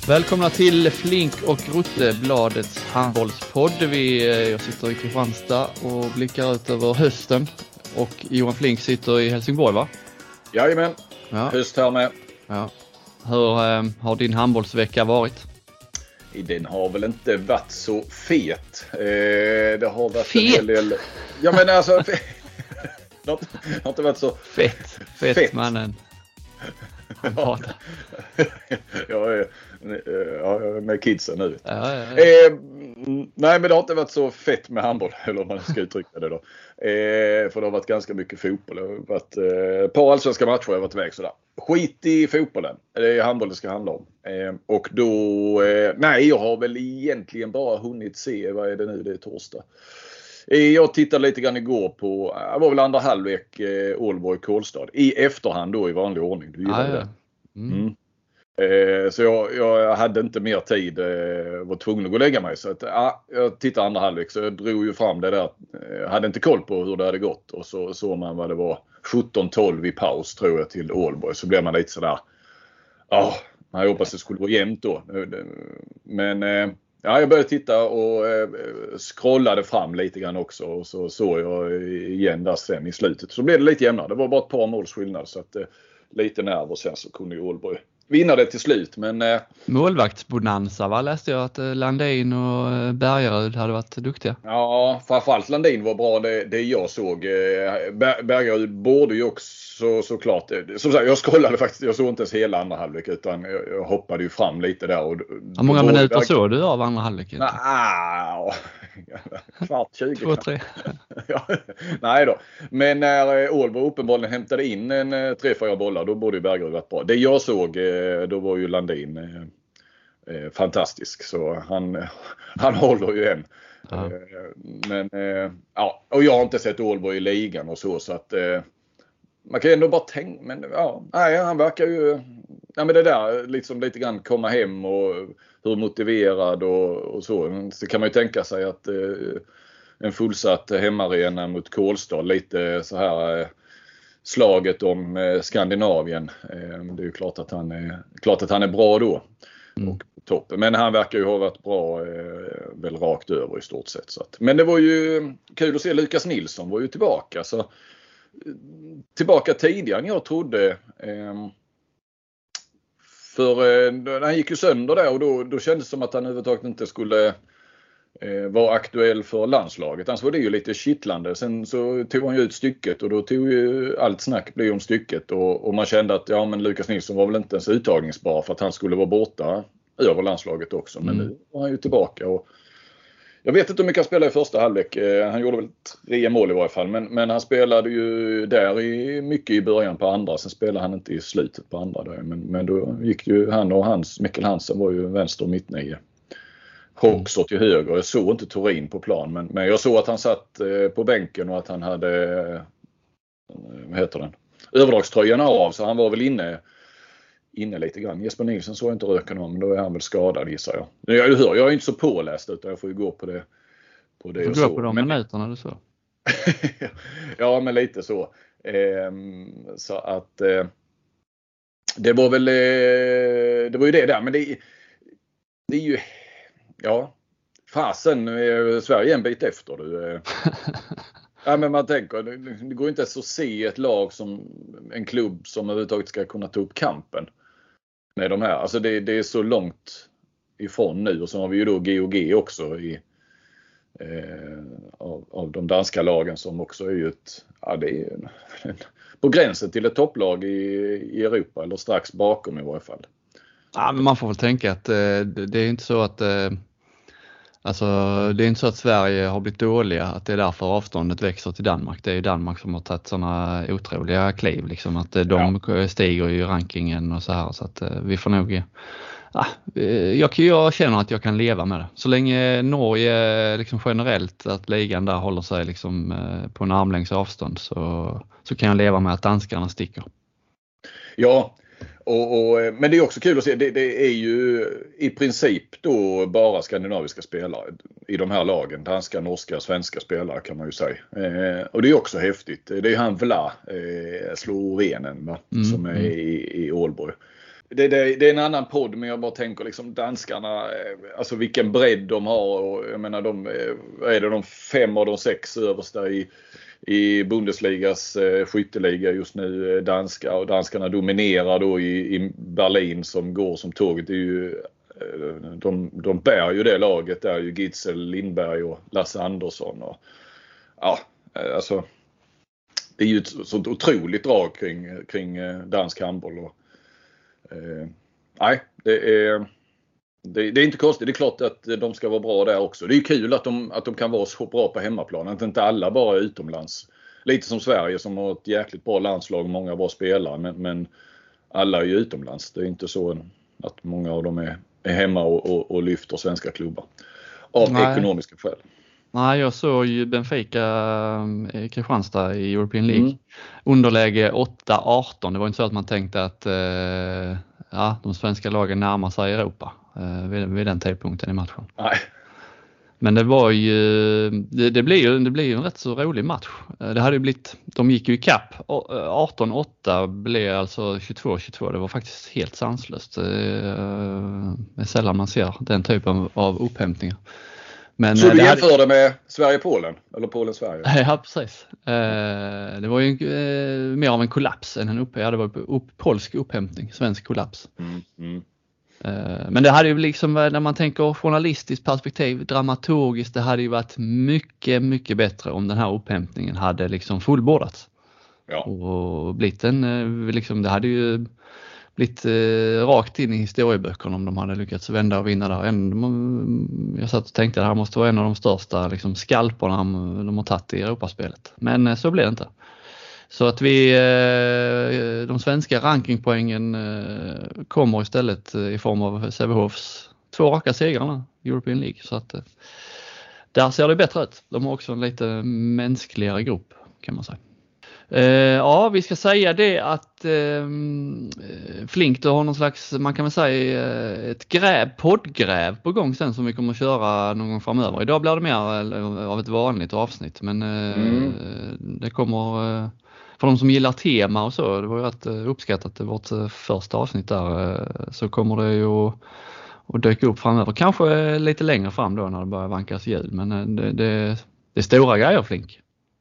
Välkomna till Flink och Rutte, bladets handbollspodd. Jag sitter i Kristianstad och blickar ut över hösten. Och Johan Flink sitter i Helsingborg, va? Jajamän, ja. Höst här med. Ja. Hur har din handbollsvecka varit? Den har väl inte varit så fet. Det har varit fet? En hel del... Ja, men alltså... det har inte varit så... Fett mannen. Ja, med kidsen nu. Ja. Nej, men det har inte varit så fett med handboll, eller om man ska uttrycka det då. För det har varit ganska mycket fotboll. Det har varit ett par allsvenska matcher jag har varit iväg sådär. Skit i fotbollen. Det är handboll det ska handla om. Och då... nej, jag har väl egentligen bara hunnit se, vad är det nu, det är torsdag. Jag tittade lite grann igår på, det var väl andra halvlek Ålborg-Kolstad. I efterhand då i vanlig ordning. Du gillar det? Så jag hade inte mer tid, var tvungen att gå och lägga mig. Så att, jag tittade andra halvlek, så jag drog ju fram det där. Jag hade inte koll på hur det hade gått. Och så såg man vad det var, 17-12 i paus tror jag till Ålborg. Så blev man lite sådär, man hoppas det skulle gå jämnt då. Men... jag började titta och scrollade fram lite grann också. Och så såg jag igen där sen i slutet. Så blev det lite jämnare. Det var bara ett par måls skillnad. Så att, lite nerver sen så kunde ju Ålborg vinna det till slut. Men, målvaktsbonanza, va? Läste jag att Landin och Bergerud hade varit duktiga. Ja, framförallt Landin var bra det jag såg. Bergerud borde ju också såklart. Som sagt, jag scrollade faktiskt. Jag såg inte ens hela andra halvlek utan jag hoppade ju fram lite där. Och, hur många minuter såg du av andra halvlek? Kvart 20. 2-3. Ja, nej då. Men när Ålborg uppenbarligen hämtade in 3-4 bollar, då borde ju Bergerud varit bra. Det jag såg, då var ju Landin fantastisk. Så han håller ju än. Ja. Men och jag har inte sett Ålborg i ligan och så att man kan ju ändå bara tänka, men han verkar ju, men det där liksom lite grann komma hem och hur motiverad och så. Så kan man ju tänka sig att en fullsatt hemmaarena mot Kolstad, lite så här slaget om Skandinavien. Det är ju klart att han är bra då. Och toppen. Men han verkar ju ha varit bra väl rakt över i stort sett. Så att. Men det var ju kul att se Lukas Nilsson var ju tillbaka. Så tillbaka tidigare än jag trodde. För han gick ju sönder där och då kändes det som att han överhuvudtaget inte skulle vara aktuell för landslaget. Annars var det ju lite kittlande. Sen så tog han ju ut stycket och då tog ju allt snack blev om stycket. Och man kände att men Lukas Nilsson var väl inte ens uttagningsbar för att han skulle vara borta över landslaget också. Men nu var han ju tillbaka och jag vet inte hur mycket han spelade i första halvlek. Han gjorde väl 3 mål i varje fall. Men han spelade ju där mycket i början på andra. Sen spelade han inte i slutet på andra. Där. Men då gick ju han och Mikkel Hansen var ju vänster och mittnio. Hoxer till höger. Jag såg inte Torin på plan. Men jag såg att han satt på bänken och att han hade överdragströjan av. Så han var väl inne lite grann. Jesper Nilsson såg inte röken om, men då är han väl skadad gissar jag. Jag är inte så påläst utan jag får ju gå på det. Du går på de minuterna du så. Ja, men lite så. Så att det var väl det var ju det där, men det är ju fasen Sverige en bit efter du. Ja, men man tänker, det går inte ens att se ett lag som en klubb som överhuvudtaget ska kunna ta upp kampen med de här. Alltså det är så långt ifrån nu och så har vi ju då GOG också av de danska lagen som också är ju det är på gränsen till ett topplag i Europa eller strax bakom i varje fall. Ja, men man får väl tänka att det är inte så att det är inte så att Sverige har blivit dåliga, att det är därför avståndet växer till Danmark. Det är ju Danmark som har tagit sådana otroliga kliv liksom, att de stiger i rankingen och så här, så att vi får nog jag känner att jag kan leva med det. Så länge Norge liksom generellt att ligan där håller sig liksom på en armlängds avstånd så kan jag leva med att danskarna sticker. Ja. Men det är också kul att se, det är ju i princip då bara skandinaviska spelare i de här lagen. Danska, norska, svenska spelare kan man ju säga. Och det är också häftigt. Det är han Vla, Slovenen som är i Ålborg. Det är en annan podd, men jag bara tänker liksom danskarna, alltså vilken bredd de har, och jag menar de 5 av de 6 översta i Bundesligas skytteliga just nu, danska, och danskarna dominerar då i Berlin som går som tåget. Det är ju, de bär ju det laget där, ju Gitzel, Lindberg och Lasse Andersson, och ja, alltså det är ju ett sånt otroligt drag kring dansk handboll, och nej, det är inte konstigt. Det är klart att de ska vara bra där också. Det är kul att de kan vara så bra på hemmaplan. Att inte alla bara är utomlands. Lite som Sverige som har ett jäkligt bra landslag och många bra spelare. Men alla är ju utomlands. Det är inte så att många av dem är hemma och lyfter svenska klubbar. Av ekonomiska skäl. Nej, jag såg ju Benfica Kristianstad i European League. Underläge 8-18. Det var inte så att man tänkte att de svenska lagen närmar sig Europa vid den tidpunkten i matchen. Nej. Men det var ju det blir ju en rätt så rolig match. Det hade ju blivit, de gick ju i kapp. 18-8 blev alltså 22-22. Det var faktiskt helt sanslöst. Det är sällan man ser den typen av upphämtningar. Men så du jämförde med Sverige-Polen? Eller Polen-Sverige? Ja, precis. Det var ju mer av en kollaps än det var polsk upphämtning, svensk kollaps. Men det hade ju liksom, när man tänker journalistiskt perspektiv, dramaturgiskt, det hade ju varit mycket, mycket bättre om den här upphämtningen hade liksom fullbordats. Ja. Och blivit det hade ju blivit rakt in i historieböckerna om de hade lyckats vända och vinna där. Jag satt och tänkte att det här måste vara en av de största liksom, skalporna de har tagit i Europaspelet. Men så blev det inte. Så att de svenska rankingpoängen kommer istället i form av Sävehofs 2 raka segrarna i European League. Så att där ser det bättre ut. De har också en lite mänskligare grupp, kan man säga. Ja, vi ska säga det att Flink, du har någon slags, man kan väl säga ett poddgräv på gång sen som vi kommer att köra någon gång framöver. Idag blir det mer av ett vanligt avsnitt, men det kommer, för de som gillar tema och så, det var ju rätt uppskattat vårt första avsnitt där, så kommer det ju att dyka upp framöver. Kanske lite längre fram då när det börjar vankas jul, men det är stora grejer, Flink.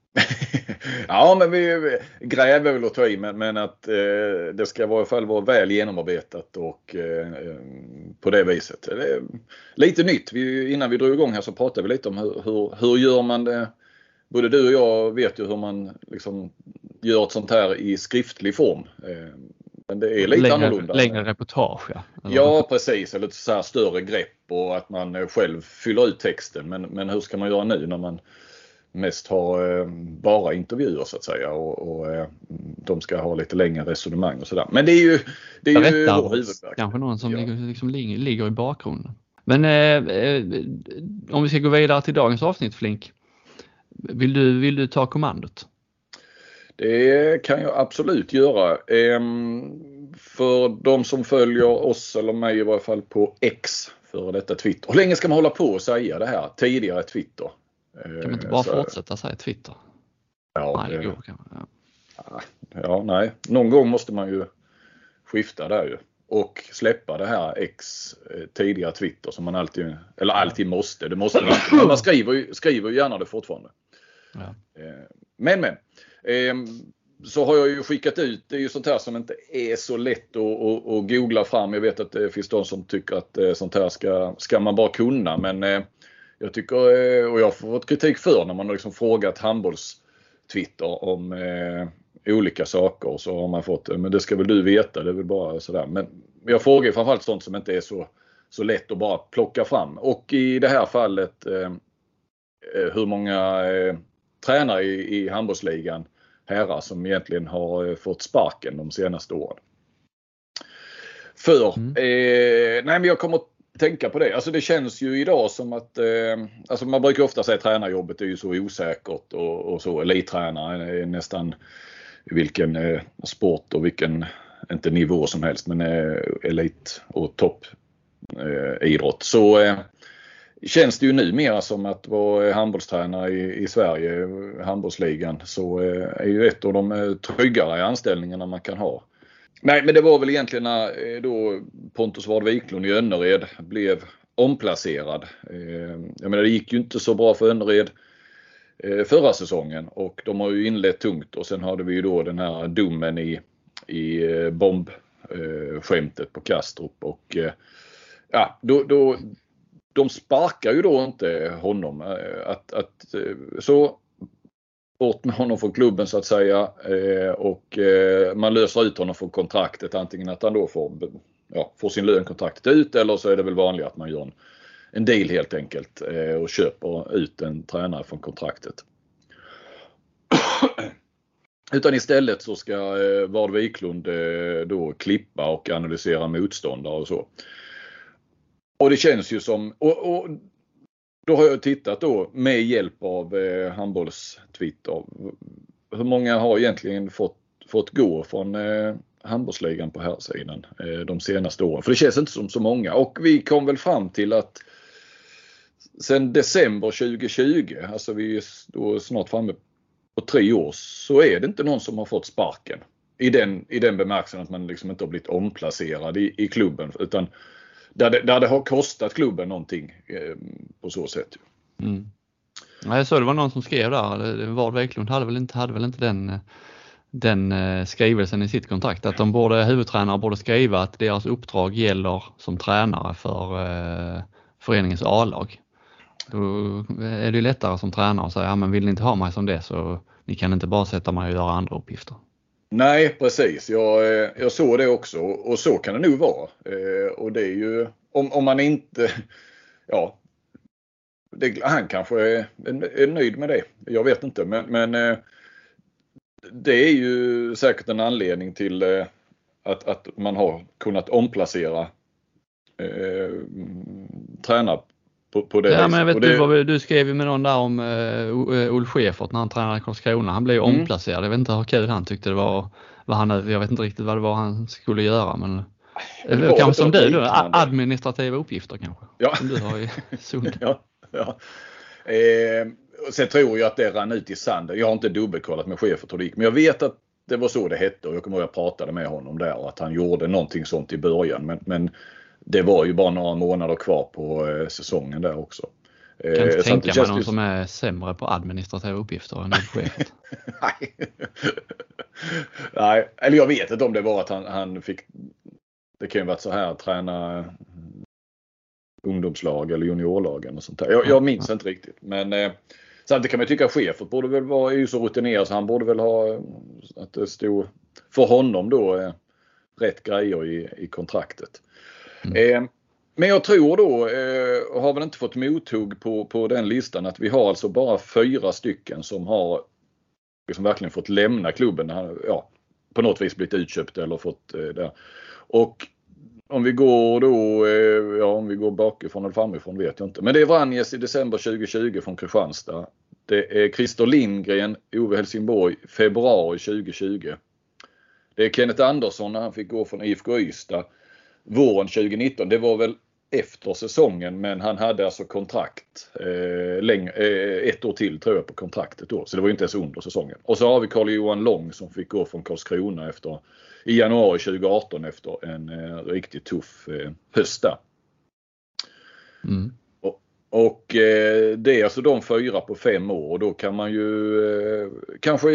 Ja, men vi gräver väl att ta i, men att det ska i alla fall vara väl genomarbetat och på det viset. Det är lite nytt. Innan vi drog igång här så pratade vi lite om hur gör man det. Både du och jag vet ju hur man liksom gör ett sånt här i skriftlig form. Men det är lite annorlunda. Längre reportage, ja. Ja, precis. Eller så här större grepp och att man själv fyller ut texten. Men hur ska man göra nu när man mest har bara intervjuer så att säga, och de ska ha lite längre resonemang och sådär. Men det är ju vår huvudverk. Kanske någon som liksom ligger i bakgrunden. Men om vi ska gå vidare till dagens avsnitt, Flink. Vill du ta kommandot? Det kan jag absolut göra. För de som följer oss eller mig i varje fall på X, för detta Twitter. Hur länge ska man hålla på och säga det här? Tidigare Twitter. Kan man inte bara fortsätta säga Twitter? Ja, nej, det går kanske. Ja, nej. Någon gång måste man ju skifta där ju. Och släppa det här tidigare Twitter som man alltid måste. Det måste man alltid. Men man skriver ju gärna det fortfarande. Ja. Men så har jag ju skickat ut, det är ju sånt här som inte är så lätt att googla fram. Jag vet att det finns de som tycker att sånt här ska man bara kunna, men jag tycker, och jag har fått kritik för när man har liksom frågat handbolls-Twitter om olika saker, och så har man fått, men det ska väl du veta, det är väl bara sådär. Men jag frågar framförallt sånt som inte är så lätt att bara plocka fram. Och i det här fallet hur många tränare i handbollsligan herrar som egentligen har fått sparken de senaste åren. Men jag kommer att tänka på det. Alltså det känns ju idag som att alltså man brukar ofta säga att tränarjobbet är ju så osäkert och så. Elittränare är nästan vilken sport och vilken, inte nivå som helst, men elit och topp idrott. Så känns det ju nu mer som att vara handbollstränare i Sverige, handbollsligan, så är ju ett av de tryggare anställningarna man kan ha. Nej, men det var väl egentligen när då Pontus Ward Wiklund i Önnered blev omplacerad. Jag menar, det gick ju inte så bra för Önnered förra säsongen och de har ju inlett tungt och sen hade vi ju då den här domen i bombskämtet på Kastrup och ja, då de sparkar ju då inte honom så bort med honom från klubben så att säga och man löser ut honom från kontraktet, antingen att han då får sin lön kontraktet ut eller så är det väl vanligt att man gör en deal helt enkelt och köper ut en tränare från kontraktet. Utan istället så ska Ward Wiklund då klippa och analysera motståndare och så. Och det känns ju som, och då har jag tittat då med hjälp av handbolls-Twitter. Hur många har egentligen fått gå från handbollsligan på här sidan de senaste åren? För det känns inte som så många. Och vi kom väl fram till att sen december 2020, alltså vi är då snart framme på 3 år, så är det inte någon som har fått sparken. I den bemärkelsen att man liksom inte har blivit omplacerad i klubben, utan där det har kostat klubben någonting på så sätt. Mm. Jag såg det var någon som skrev där, Ward Wiklund hade väl inte den skrivelsen i sitt kontrakt, att huvudtränare borde skriva att deras uppdrag gäller som tränare för föreningens A-lag. Då är det lättare som tränare att säga, ja, men vill ni inte ha mig som det så ni kan inte bara sätta mig och göra andra uppgifter. Nej, precis. Jag såg det också och så kan det nog vara. Och det är ju, om man inte, ja, han kanske är nöjd med det. Jag vet inte, men det är ju säkert en anledning till att man har kunnat omplacera tränare på det. Ja, men jag vet du skrev ju med någon där om Ulf Schäfert när han tränade i Karlskrona. Han blev omplacerad. Jag vet inte hur kul han tyckte det var. Jag vet inte riktigt vad det var han skulle göra, men kanske som du då, administrativa uppgifter kanske. Ja. Som du har i Sund. Ja. Sen tror jag att det rann ut i sanden. Jag har inte dubbelkollat med Schäfert hur det gick, men jag vet att det var så det hette och jag kommer ihåg att jag pratade med honom där och att han gjorde någonting sånt i början, men det var ju bara några månader kvar på säsongen där också. Jag kan inte tänka mig någon som är sämre på administrativa uppgifter än Schäfert. Nej, eller jag vet inte om det var att han fick, det kan ju vara så här, träna ungdomslag eller juniorlagen och sånt där. Jag minns inte riktigt, men samtidigt kan man tycka att Schäfert borde väl vara ju så rutinerad så han borde väl ha att det stod för honom då rätt grejer i kontraktet. Men jag tror då, har väl inte fått mothugg på den listan, att vi har alltså bara 4 stycken som har liksom verkligen fått lämna klubben, ja, på något vis blivit utköpt eller fått där. Och om vi går då, om vi går bakifrån eller framifrån vet jag inte. Men det är Vranjes i december 2020 från Kristianstad. Det är Christer Lindgren, Ove Helsingborg, februari 2020. Det är Kenneth Andersson när han fick gå från IFK Ystad våren 2019. Det var väl efter säsongen, men han hade alltså kontrakt ett år till tror jag på kontraktet då. Så det var ju inte ens under säsongen. Och så har vi Carl-Johan Lång som fick gå från Karlskrona i januari 2018 efter en riktigt tuff höst där. Och det är alltså de 4 på 5 år och då kan man ju kanske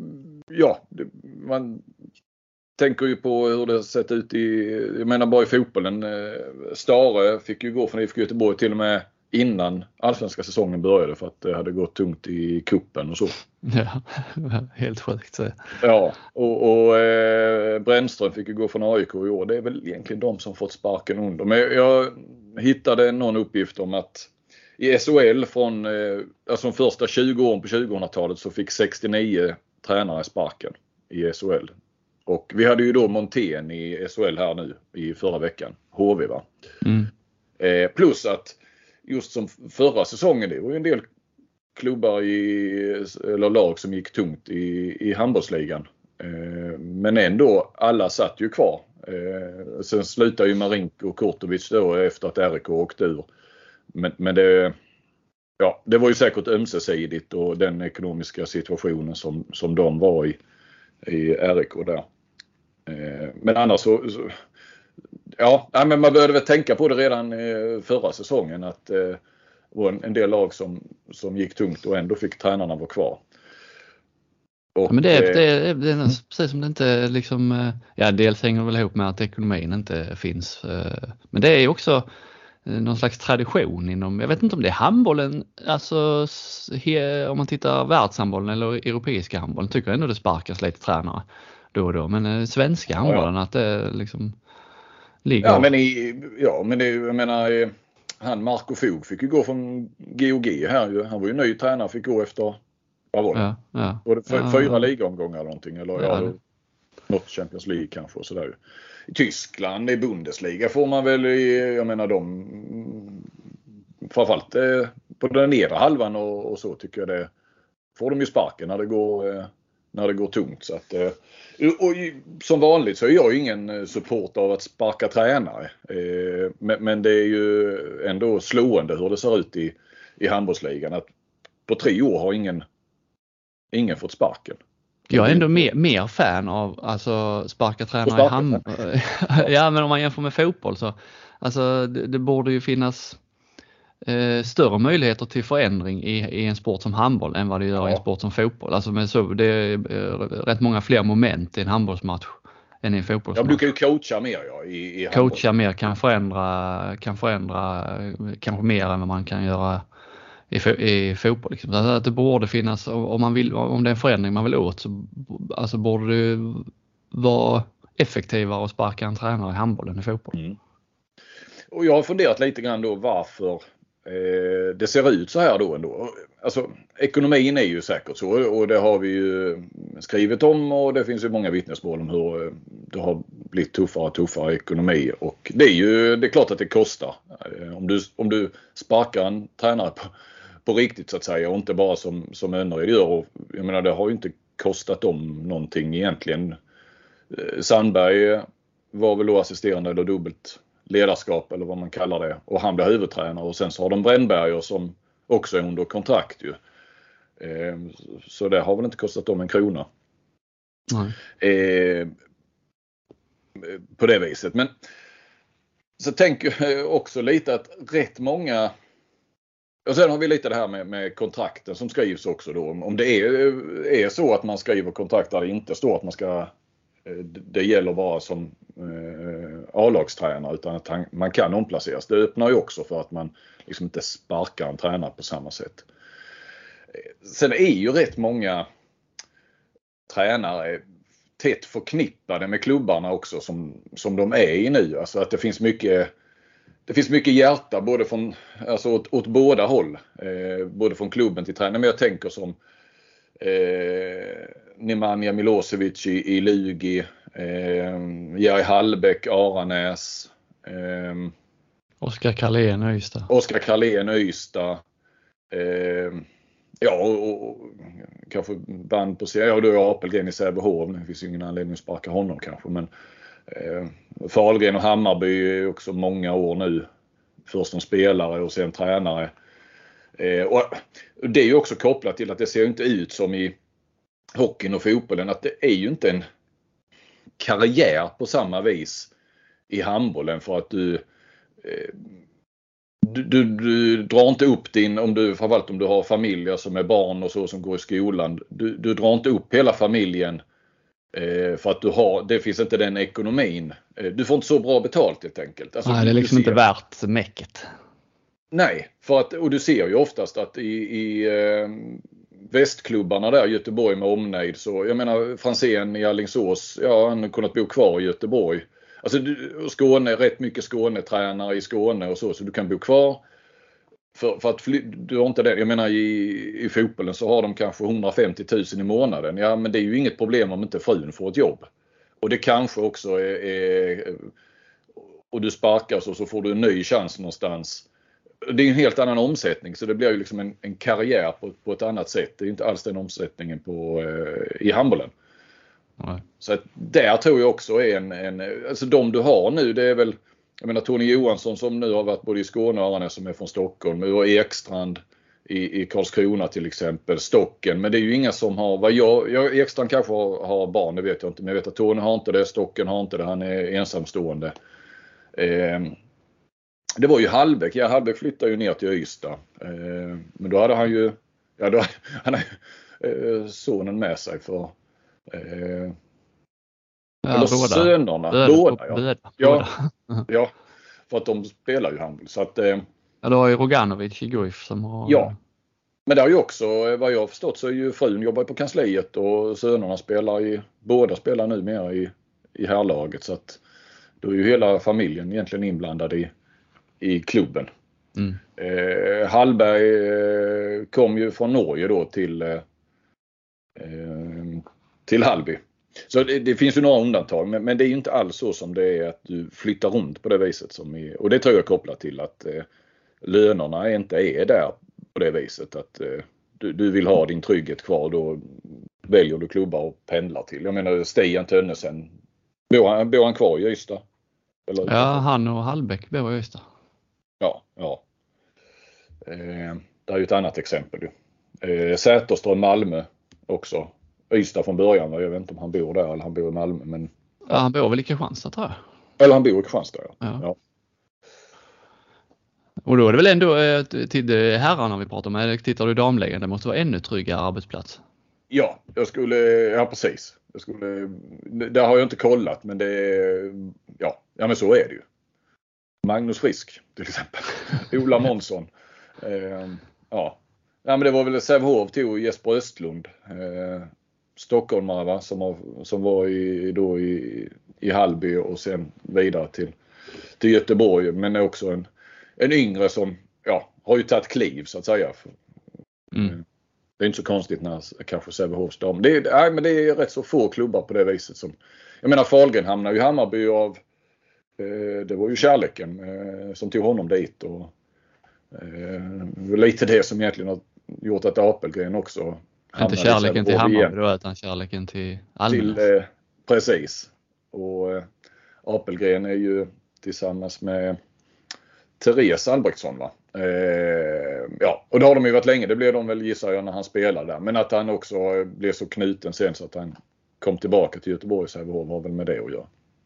man tänker ju på hur det sett ut jag menar bara i fotbollen. Stare fick ju gå från IFK Göteborg till och med innan allsvenska säsongen började för att det hade gått tungt i kuppen och så. Ja, helt sjukt så. Ja, och Brännström fick ju gå från AIK i år. Det är väl egentligen de som fått sparken under. Men jag hittade någon uppgift om att i SHL från alltså de första 20 åren på 2000-talet så fick 69 tränare sparken i SHL. Och vi hade ju då Montén i SHL här nu i förra veckan. HV va? Plus att just som förra säsongen, det var ju en del klubbar eller lag som gick tungt i handbollsligan. Men ändå, alla satt ju kvar. Sen slutade ju Marinko och Kurtovic då efter att RIK åkte ur. Men det var ju säkert ömsesidigt och den ekonomiska situationen som de var i RIK där. Men annars så ja, men man började väl tänka på det redan förra säsongen att det var en del lag som gick tungt och ändå fick tränarna vara kvar. Och, ja, men det är precis som det inte liksom, ja, dels hänger det väl ihop med att ekonomin inte finns. Men det är också någon slags tradition inom, jag vet inte om det är handbollen, alltså om man tittar världshandbollen eller europeiska handbollen, tycker jag ändå det sparkas lite tränare då och då. Men svenska handbollen, att det liksom ligger... Ja, men det, jag menar, han Marco Fog fick ju gå från GOG här. Han var ju ny tränare, fick gå efter, vad var det? Ja. Var det 4 ligaomgångar eller någonting? Eller något Champions League kanske och sådär. I Tyskland, i Bundesliga får man väl, jag menar framförallt på den nedre halvan och så tycker jag det får de ju sparken när det går tungt. Så att, och som vanligt så är jag ingen support av att sparka tränare. Men det är ju ändå slående hur det ser ut i handbollsligan. Att på 3 år har ingen fått sparken. Jag är ändå mer fan av alltså sparka tränare i handboll. Ja, men om man jämför med fotboll så alltså det borde ju finnas större möjligheter till förändring i en sport som handboll än vad det gör i en sport som fotboll. Alltså det är rätt många fler moment i en handbollsmatch än i en fotbollsmatch. Ja, du kan ju coacha mer i handboll. Coacha mer, kan förändra kanske mer än vad man kan göra i fotboll. Liksom. Alltså att det borde finnas, om det är en förändring man vill åt, så alltså borde det vara effektivare att sparka en tränare i handboll än i fotboll. Mm. Och jag har funderat lite grann då varför det ser ut så här då ändå. Alltså ekonomin är ju säkert så, och det har vi ju skrivit om, och det finns ju många vittnesmål om hur det har blivit tuffare och tuffare ekonomi, och det är klart att det kostar. Om du sparkar en tränare på riktigt så att säga, och inte bara som Önnered gör, och jag menar det har ju inte kostat dem någonting egentligen. Sandberg var väl då assisterande eller dubbelt ledarskap eller vad man kallar det, och han blev huvudtränare, och sen så har de Brännberger som också är under kontrakt ju. Så det har väl inte kostat dem en krona. På det viset. Men så tänker jag också lite att rätt många, och sen har vi lite det här med kontrakten som skrivs också då. Om det är så att man skriver kontrakt där det inte står att man ska, det gäller bara som A-lagstränare, utan att man kan omplaceras. Det öppnar ju också för att man liksom inte sparkar en tränare på samma sätt. Sen är ju rätt många tränare tätt förknippade med klubbarna också som de är i nu. Alltså att det finns mycket hjärta både från, alltså åt båda håll. Både från klubben till tränaren. Men jag tänker som Nemanja Milosevic i Lugi, Jerry Hallbäck, Aranäs, Oskar Karlén Ystad. Ja, och kanske band på sig. Ja, då är Apelgren i Sävehof. Det finns ju ingen anledning att sparka honom kanske. Men Fahlgren och Hammarby är också många år nu. Först som spelare och sen tränare. Och det är ju också kopplat till att det ser inte ut som i hockeyn och fotbollen. Att det är ju inte en karriär på samma vis i handbollen, för att du drar inte upp framförallt om du har familjer som är barn och så som går i skolan. Du drar inte upp hela familjen för att det finns inte den ekonomin. Du får inte så bra betalt helt enkelt. Alltså, nej, det är liksom inte värt mäcket. Nej, och du ser ju oftast att i västklubbarna där, Göteborg med omnejd, så jag menar Franzén i Alingsås, ja, han har kunnat bo kvar i Göteborg. Alltså Skåne, rätt mycket Skånetränare i Skåne och så du kan bo kvar. För att du har inte det. Jag menar i fotbollen så har de kanske 150 000 i månaden. Ja, men det är ju inget problem om inte frun får ett jobb. Och det kanske också är och du sparkas och så får du en ny chans någonstans. Det är en helt annan omsättning, så det blir ju liksom en karriär på ett annat sätt. Det är inte alls den omsättningen i handbollen. Nej. Så att där tror jag också är alltså de du har nu, det är väl, jag menar Tony Johansson som nu har varit både i Skåne och Aranäs som är från Stockholm, och Ekstrand i Karlskrona till exempel, Stocken. Men det är ju inga som har, Ekstrand kanske har barn, det vet jag inte. Men jag vet att Tony har inte det, Stocken har inte det, han är ensamstående. Det var ju Hallbäck. Ja, Hallbäck flyttade ju ner till Ystad. Men då hade han ju, han har sonen med sig för eller sönerna. Båda. Ja, för att de spelar ju handboll. Så att, ja, då har ju Roganovic i Guif som har... Ja, men det är ju också, vad jag har förstått så är ju frun jobbar på kansliet och sönerna båda spelar numera i härlaget. Så att då är ju hela familjen egentligen inblandad i klubben. Hallberg kom ju från Norge då till Hallby. Så det finns ju några undantag, men det är ju inte alls så som det är att du flyttar runt på det viset. Och det tror jag kopplar till att lönerna inte är där på det viset. Att du vill ha din trygghet kvar, då väljer du klubbar och pendlar till. Jag menar Stian Tönnesen, bor han kvar i Ystad? Eller? Ja, han och Hallbäck bor i Ystad. Ja. Det är ju ett annat exempel. Säterström Malmö också. Ystad från början. Jag vet inte om han bor där eller han bor i Malmö. Men, ja, han bor väl i Kristianstad tror jag. Eller han bor i Kristianstad, ja. Och då är det väl ändå till herrarna vi pratar om. Tittar du damlägen, det måste vara ännu tryggare arbetsplats. Ja, precis. Det har jag inte kollat, men ja men så är det ju. Magnus Frisk till exempel. Ola Månsson. Ja, men det var väl Sävehof till Jesper Östlund. Stockholmare va? Som var i Hallby och sen vidare till Göteborg. Men också en yngre som har ju tagit kliv så att säga. Det är inte så konstigt när kanske Sävehofs dam. Men det är rätt så få klubbar på det viset som. Jag menar Fahlgren hamnar ju Hammarby av. Det var ju kärleken som tog honom dit och lite det som egentligen har gjort att Apelgren också. Inte kärleken till Hammarby då, utan kärleken till Almnäs. Precis. Och Apelgren är ju tillsammans med Therese Albrektsson va. Och då har de ju varit länge. Det blev de väl gissar jag när han spelade där. Men att han också blev så knuten sen så att han kom tillbaka till Göteborg och Sävehof har väl med det att göra.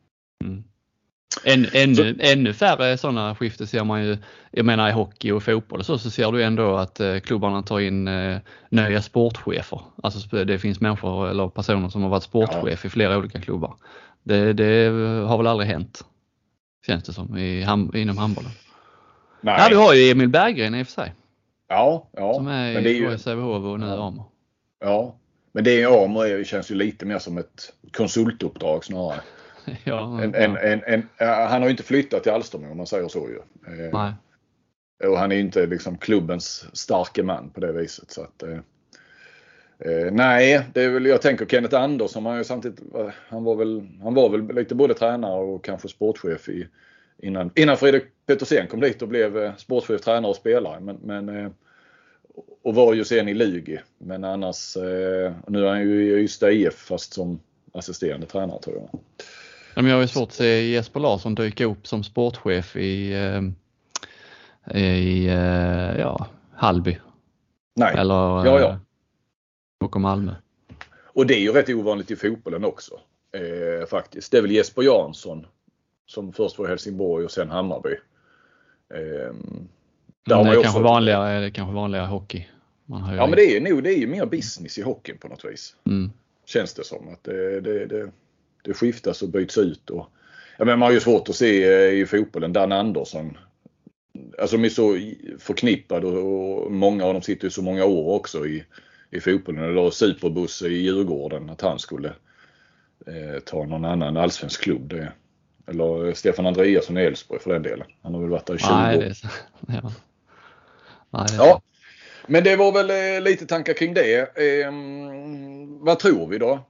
Ännu färre sådana skiften ser man ju, jag menar i hockey och fotboll och så ser du ändå att klubbarna tar in nya sportchefer. Alltså det finns människor eller personer som har varit sportchef i flera olika klubbar. Det har väl aldrig hänt, känns det som, inom handbollen. Nej. Ja, du har ju Emil Berggren i och för sig. Ja. Som är men det är ju Sävehof och nu Amo. Ja, men det är Amo känns ju lite mer som ett konsultuppdrag snarare. Han har ju inte flyttat till Alstom om man säger så ju. Nej. Och han är ju inte liksom klubbens starke man på det viset så att nej, det är väl jag tänker Kenneth Andersson han ju samtidigt han var väl lite både tränare och kanske sportchef innan Fredrik Petersen kom dit och blev sportchef, tränare och spelare men och var ju sen i Lugi men annars nu är han ju i Ystad IF fast som assisterande tränare tror jag. Men jag har ju svårt att se Jesper Larsson dyka upp som sportchef i Hallby. Nej. Eller och Malmö. Och det är ju rätt ovanligt i fotbollen också. Faktiskt. Det är väl Jesper Jansson som först var Helsingborg och sen Hammarby. Det är kanske vanligare hockey. Men det är ju mer business i hockeyn på något vis. Känns det som att det skiftas och byts ut och man har ju svårt att se i fotbollen Dan Andersson. Alltså de är så förknippade och många av dem sitter ju så många år också i fotbollen eller Superbuss i Djurgården att han skulle ta någon annan allsvensk klubb eller Stefan Andreasson i Elfsborg för den delen. Han har väl varit där i 20 år. Ja. Men det var väl lite tankar kring det. Vad tror vi då?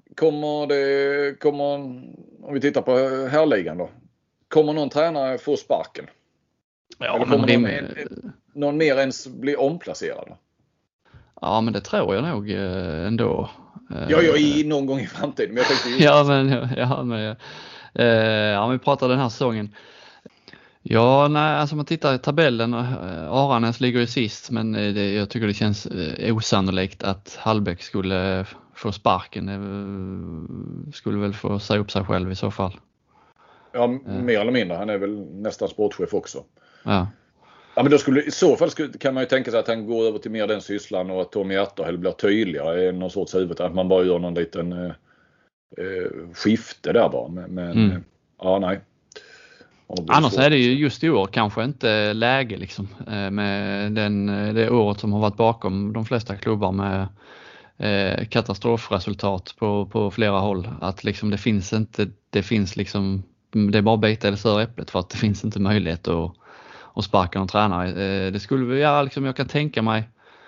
Om vi tittar på härligan då. Kommer någon tränare få sparken? Ja, eller kommer någon mer ens bli omplacerad då? Ja, men det tror jag nog ändå. Någon gång i framtiden. Men jag tänkte vi pratar den här säsongen. Ja, nej, alltså man tittar i tabellen, Aranäs ligger ju sist, men jag tycker det känns osannolikt att Hallbäck skulle få sparken. Skulle väl få säga upp sig själv i så fall. Ja, mer eller mindre. Han är väl nästan sportchef också. Ja. Ja, men då i så fall kan man ju tänka sig att han går över till mer den sysslan och att Tommy Atterhäll blir tydligare i någon sorts huvud. Att man bara gör någon liten skifte där bara. Men ja, nej. Annars är det ju just i år kanske inte läge liksom, med det året som har varit bakom de flesta klubbar med katastrofresultat på flera håll. Att liksom det finns liksom, det är bara bita i det sura äpplet för att det finns inte möjlighet att sparka någon tränare. Det skulle vi göra liksom, jag kan tänka mig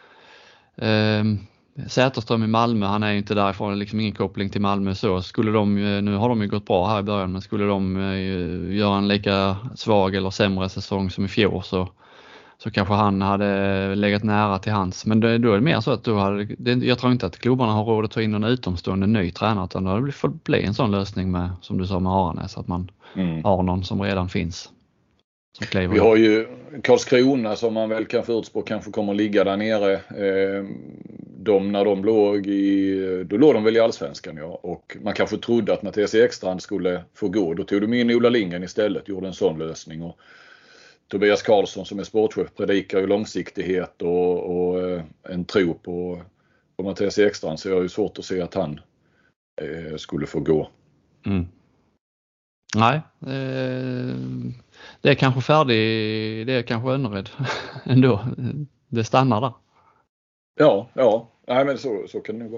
Säterström i Malmö, han är ju inte därifrån, det är liksom ingen koppling till Malmö så. Skulle de, nu har de ju gått bra här i början, men skulle de göra en lika svag eller sämre säsong som i fjol så kanske han hade legat nära till hans. Men då är det mer så att jag tror inte att klubbarna har råd att ta in någon utomstående ny tränare, utan då får det bli en sån lösning med, som du sa med Aranäs, att man har någon som redan finns. Vi har ju Karlskrona som man väl kan förutspå kanske kommer att ligga där nere. När de då låg de väl i Allsvenskan, ja. Och man kanske trodde att Mattias Ekstrand skulle få gå. Då tog de in Ola Lindgren istället, gjorde en sån lösning. Och Tobias Karlsson som är sportchef predikar ju långsiktighet och en tro på Mattias Ekstrand. Så jag har ju svårt att se att han skulle få gå. Mm. Nej, det är kanske färdig, det är kanske Önnered ändå. Det stannar där. Ja. Nej, men så kan det nog vara.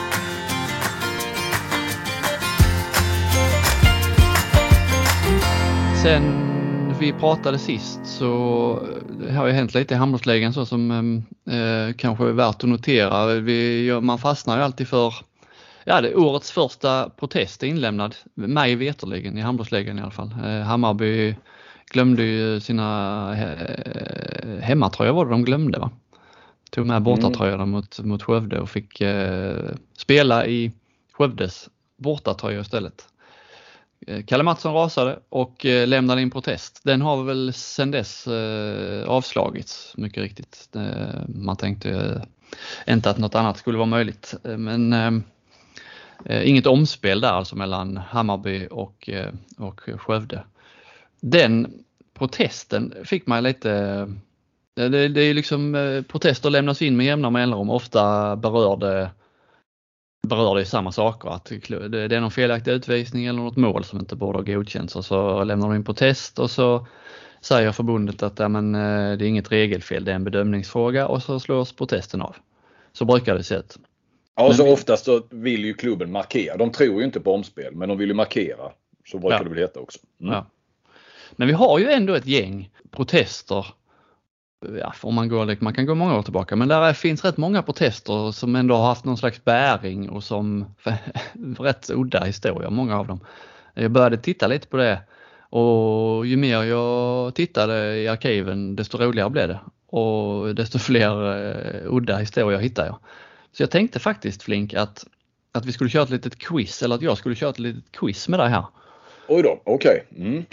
Sen vi pratade sist så har ju hänt lite i handbollsligan så som kanske är värt att notera. Man fastnar ju alltid för det är årets första protest inlämnad, mig veterligen i handbollsligan i alla fall. Hammarby glömde ju sina hemmatröjor, var det de glömde, va? Tog med bortatröjorna mot Skövde och fick spela i Skövdes bortatröjor istället. Kalle Mattsson rasade och lämnade in protest. Den har väl sedan dess avslagits, mycket riktigt. Man tänkte inte att något annat skulle vara möjligt, men inget omspel där alltså mellan Hammarby och Skövde. Den protesten fick man lite, det är liksom protester lämnas in med jämna mellanrum, ofta berör det samma saker, att det är någon felaktig utvisning eller något mål som inte borde ha godkänts, och så lämnar de in protest och så säger förbundet att det är inget regelfel, det är en bedömningsfråga, och så slås protesten av. Så brukar det se ut. Ja, så oftast så vill ju klubben markera. De tror ju inte på omspel, men de vill ju markera. Så brukar det väl heta också. Ja. Men vi har ju ändå ett gäng protester. Ja, man kan gå många år tillbaka, men där finns rätt många protester som ändå har haft någon slags bäring och som rätt udda historia, många av dem. Jag började titta lite på det, och ju mer jag tittade i arkiven desto roligare blev det, och desto fler udda historier hittade jag. Så jag tänkte faktiskt, Flink, att vi skulle köra ett litet quiz, eller att jag skulle köra ett litet quiz med dig här. Oj då, okej.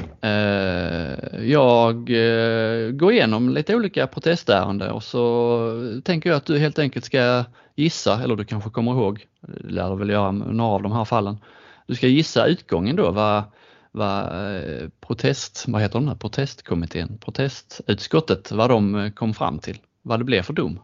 Jag går igenom lite olika protestärenden, och så tänker jag att du helt enkelt ska gissa, eller du kanske kommer ihåg, det lär du väl göra några av de här fallen. Du ska gissa utgången då, vad protestkommittén, protestutskottet, vad de kom fram till, vad det blev för dom.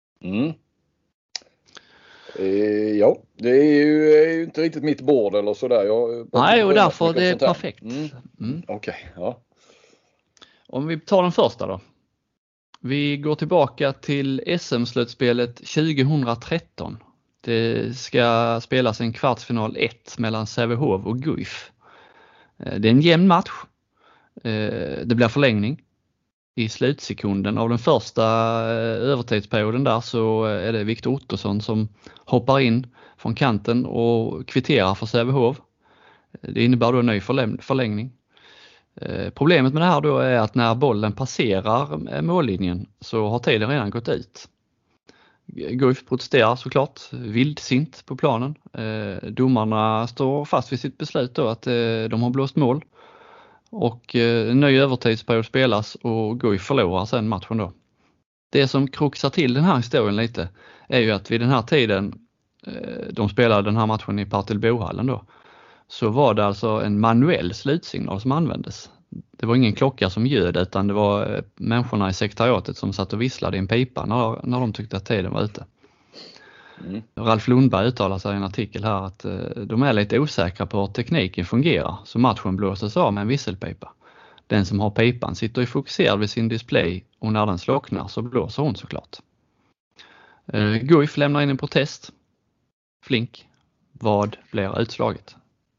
Ja, det är ju inte riktigt mitt bord eller sådär. Nej, och därför det är perfekt. Okej, ja. Om vi tar den första då. Vi går tillbaka till SM-slutspelet 2013. Det ska spelas en kvartsfinal 1 mellan Sävehof och Guif. Det är en jämn match. Det blir förlängning. I slutsekunden av den första övertidsperioden där så är det Viktor Ottosson som hoppar in från kanten och kvitterar för Sävehof. Det innebär då en ny förlängning. Problemet med det här då är att när bollen passerar mållinjen så har tiden redan gått ut. Guif protesterar såklart vildsint på planen. Domarna står fast vid sitt beslut då att de har blåst mål. och en ny övertidsperiod spelas och Guif förlorar sen matchen då. Det som kruxar till den här historien lite är ju att vid den här tiden de spelade den här matchen i Partille-Bohallen då, så var det alltså en manuell slutsignal som användes. Det var ingen klocka som ljöd, utan det var människorna i sekretariatet som satt och visslade i en pipa när de tyckte att tiden var ute. Ralf Lundberg uttalar sig i en artikel här att de är lite osäkra på hur tekniken fungerar, så matchen blåses av med en visselpipa. Den som har pipan sitter ju fokuserad vid sin display och när den slocknar så blåser hon såklart. Guif lämnar in en protest. Flink, vad blir utslaget?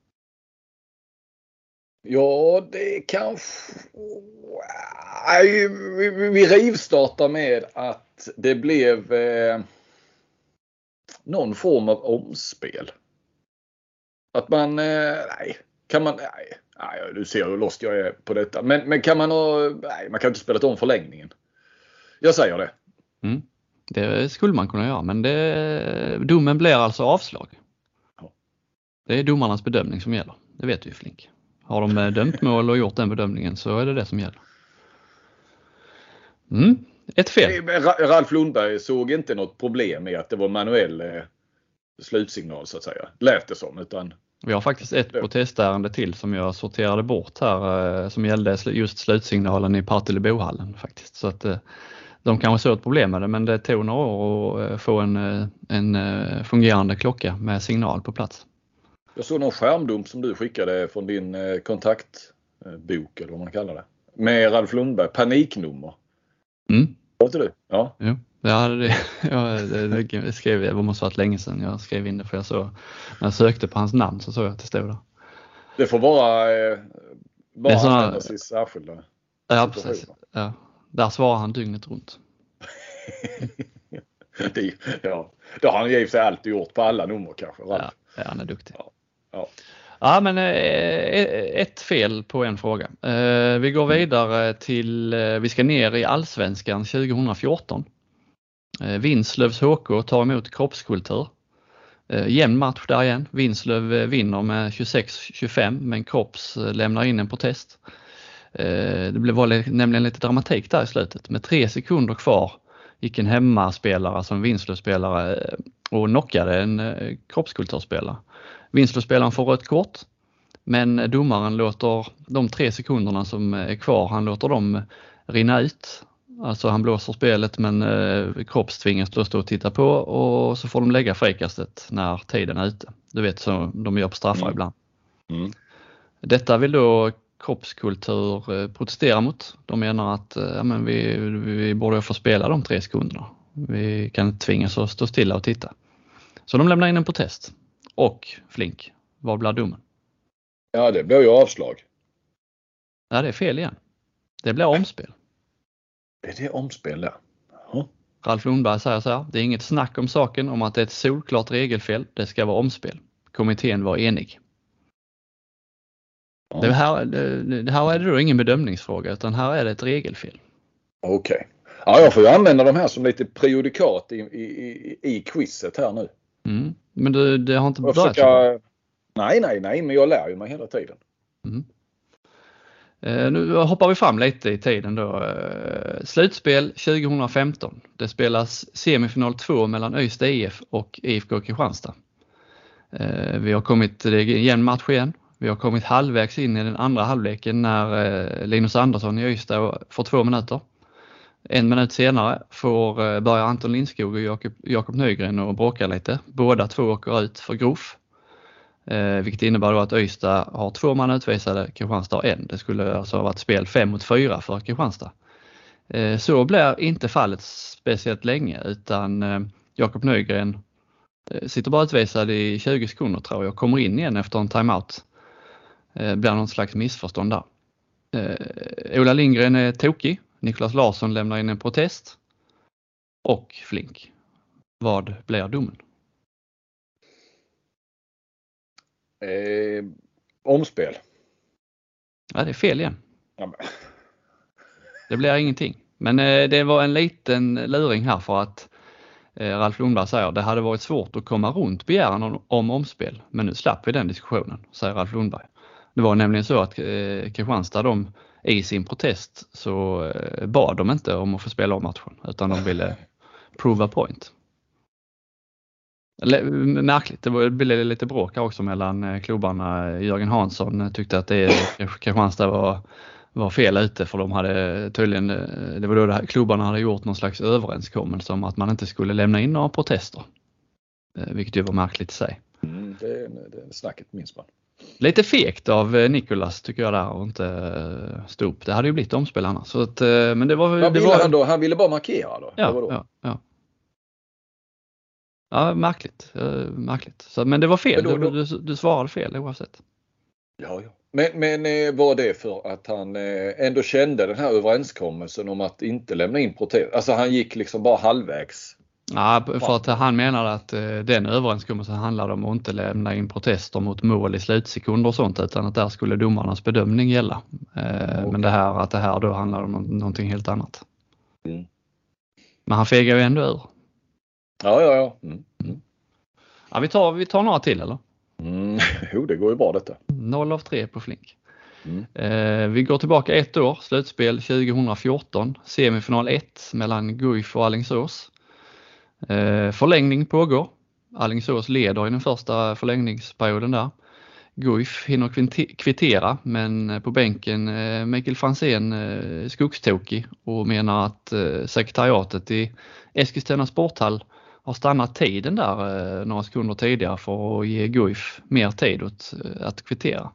Ja, det kanske... Vi rivstartar med att det blev någon form av omspel. Att man... du ser hur lost jag är på detta. Men kan man ha... Nej, man kan inte spela om förlängningen. Jag säger det. Det skulle man kunna göra, men domen blir alltså avslag. Ja. Det är domarnas bedömning som gäller. Det vet vi, Flink. Har de dömt mål och gjort den bedömningen så är det som gäller. Ett fel. Ralf Lundberg såg inte något problem med att det var manuell slutsignal så att säga. Lät det som, utan... Vi har faktiskt ett protestärende till som jag sorterade bort här som gällde just slutsignalen i Partille-Bohallen faktiskt. Så att de kanske såg ett problem med det, men det tog några år att få en fungerande klocka med signal på plats. Jag såg någon skärmdump som du skickade från din kontaktbok eller vad man kallar det. Med Ralf Lundberg, paniknummer. Var inte du? Ja. Jo, det skrev jag, det måste ha varit länge sedan jag skrev in det, för jag såg, när jag sökte på hans namn så såg jag att det stod där. Det får bara användas i särskilda. Ja, precis. Ja. Där svarar han dygnet runt. Det har han givetvis alltid gjort på alla nummer kanske. Ja, han är duktig. Ja, men ett fel på en fråga. Vi går vidare till, vi ska ner i Allsvenskan 2014. Vinslövs HK tar emot Kroppskultur. Jämn match där igen. Vinslöv vinner med 26-25, men Kropps lämnar in en protest. Det var nämligen lite dramatik där i slutet. Med 3 sekunder kvar gick en hemmaspelare som Vinslövspelare och knockade en Kroppskulturspelare. Vinslövspelaren får rött kort, men domaren låter de 3 sekunderna som är kvar, han låter dem rinna ut. Alltså han blåser spelet, men Kropps tvingas stå och titta på, och så får de lägga frikastet när tiden är ute. Du vet, så de gör på straffar ibland. Detta vill då Kroppskultur protestera mot. De menar att vi borde få spela de 3 sekunderna. Vi kan tvingas att stå stilla och titta. Så de lämnar in en protest. Och Flink, vad blir domen? Ja, det blir ju avslag. Ja, det är fel igen. Det blir omspel. Är det omspel där? Ralf Lundberg säger så här: det är inget snack om saken om att det är ett solklart regelfel. Det ska vara omspel. Kommittén var enig. Ja. Det här är det då ingen bedömningsfråga, utan här är det ett regelfel. Okej. Ja, jag får ju använda de här som lite prejudikat i quizet här nu. Men det har inte börjat. Nej, men jag lär ju mig hela tiden. Nu hoppar vi fram lite i tiden då. Slutspel 2015. Det spelas semifinal 2 mellan Öysta IF och IFK Kristianstad. Vi har kommit igen match igen. Vi har kommit halvvägs in i den andra halvleken när Linus Andersson i Öysta får 2 minuter. 1 minut senare börjar Anton Lindskog och Jakob Nygren och bråka lite. Båda 2 åker ut för grovt. Vilket innebär då att Öysta har 2 man utvisade, Kristianstad har 1. Det skulle alltså ha varit spel 5-4 för Kristianstad. Så blir inte fallet speciellt länge, utan Jakob Nygren sitter bara utvisad i 20 sekunder tror jag. Kommer in igen efter en timeout. Blir någon slags missförstånd där. Ola Lindgren är tokig. Niklas Larsson lämnar in en protest. Och Flink. Vad blir domen? Omspel. Ja, det är fel igen. Det blir ingenting. Men det var en liten luring här, för att Ralf Lundberg säger det hade varit svårt att komma runt begäran om omspel. Men nu slapp vi den diskussionen, säger Ralf Lundberg. Det var nämligen så att Kristianstad, de i sin protest så bad de inte om att få spela om matchen, utan de ville prove a point. Märkligt, det blev lite bråk också mellan klubbarna. Jörgen Hansson tyckte att Kristianstad var fel ute, för de hade tydligen, det var då klubbarna hade gjort någon slags överenskommelse om att man inte skulle lämna in några protester. Vilket ju var märkligt i sig. Det snacket minns man. Lite fegt av Nicolas tycker jag där, och inte stå upp. Det hade ju blivit omspel annars. Så att, men det var, vad ville han då? Han ville bara markera då? Ja, märkligt. Så, men det var fel. Du svarade fel oavsett. Ja. Men var det för att han ändå kände den här överenskommelsen om att inte lämna in protest? Alltså han gick liksom bara halvvägs? Ja, för att han menade att den överenskommelsen handlade om att inte lämna in protester mot mål i slutsekunder och sånt, utan att där skulle domarnas bedömning gälla. Okay. Men det här då handlar om någonting helt annat. Men han fegar ju ändå ur. Ja. Ja, vi tar några till, eller? Jo, det går ju bra detta. 0 av 3 på Flink. Vi går tillbaka ett år, slutspel 2014, semifinal 1 mellan Guif och Alingsås. Förlängning pågår. Alingsås leder i den första förlängningsperioden där. Guif hinner kvittera, men på bänken Mikael Franzén skogstokig och menar att sekretariatet i Eskilstuna sporthall har stannat tiden där några sekunder tidigare för att ge Guif mer tid att kvittera.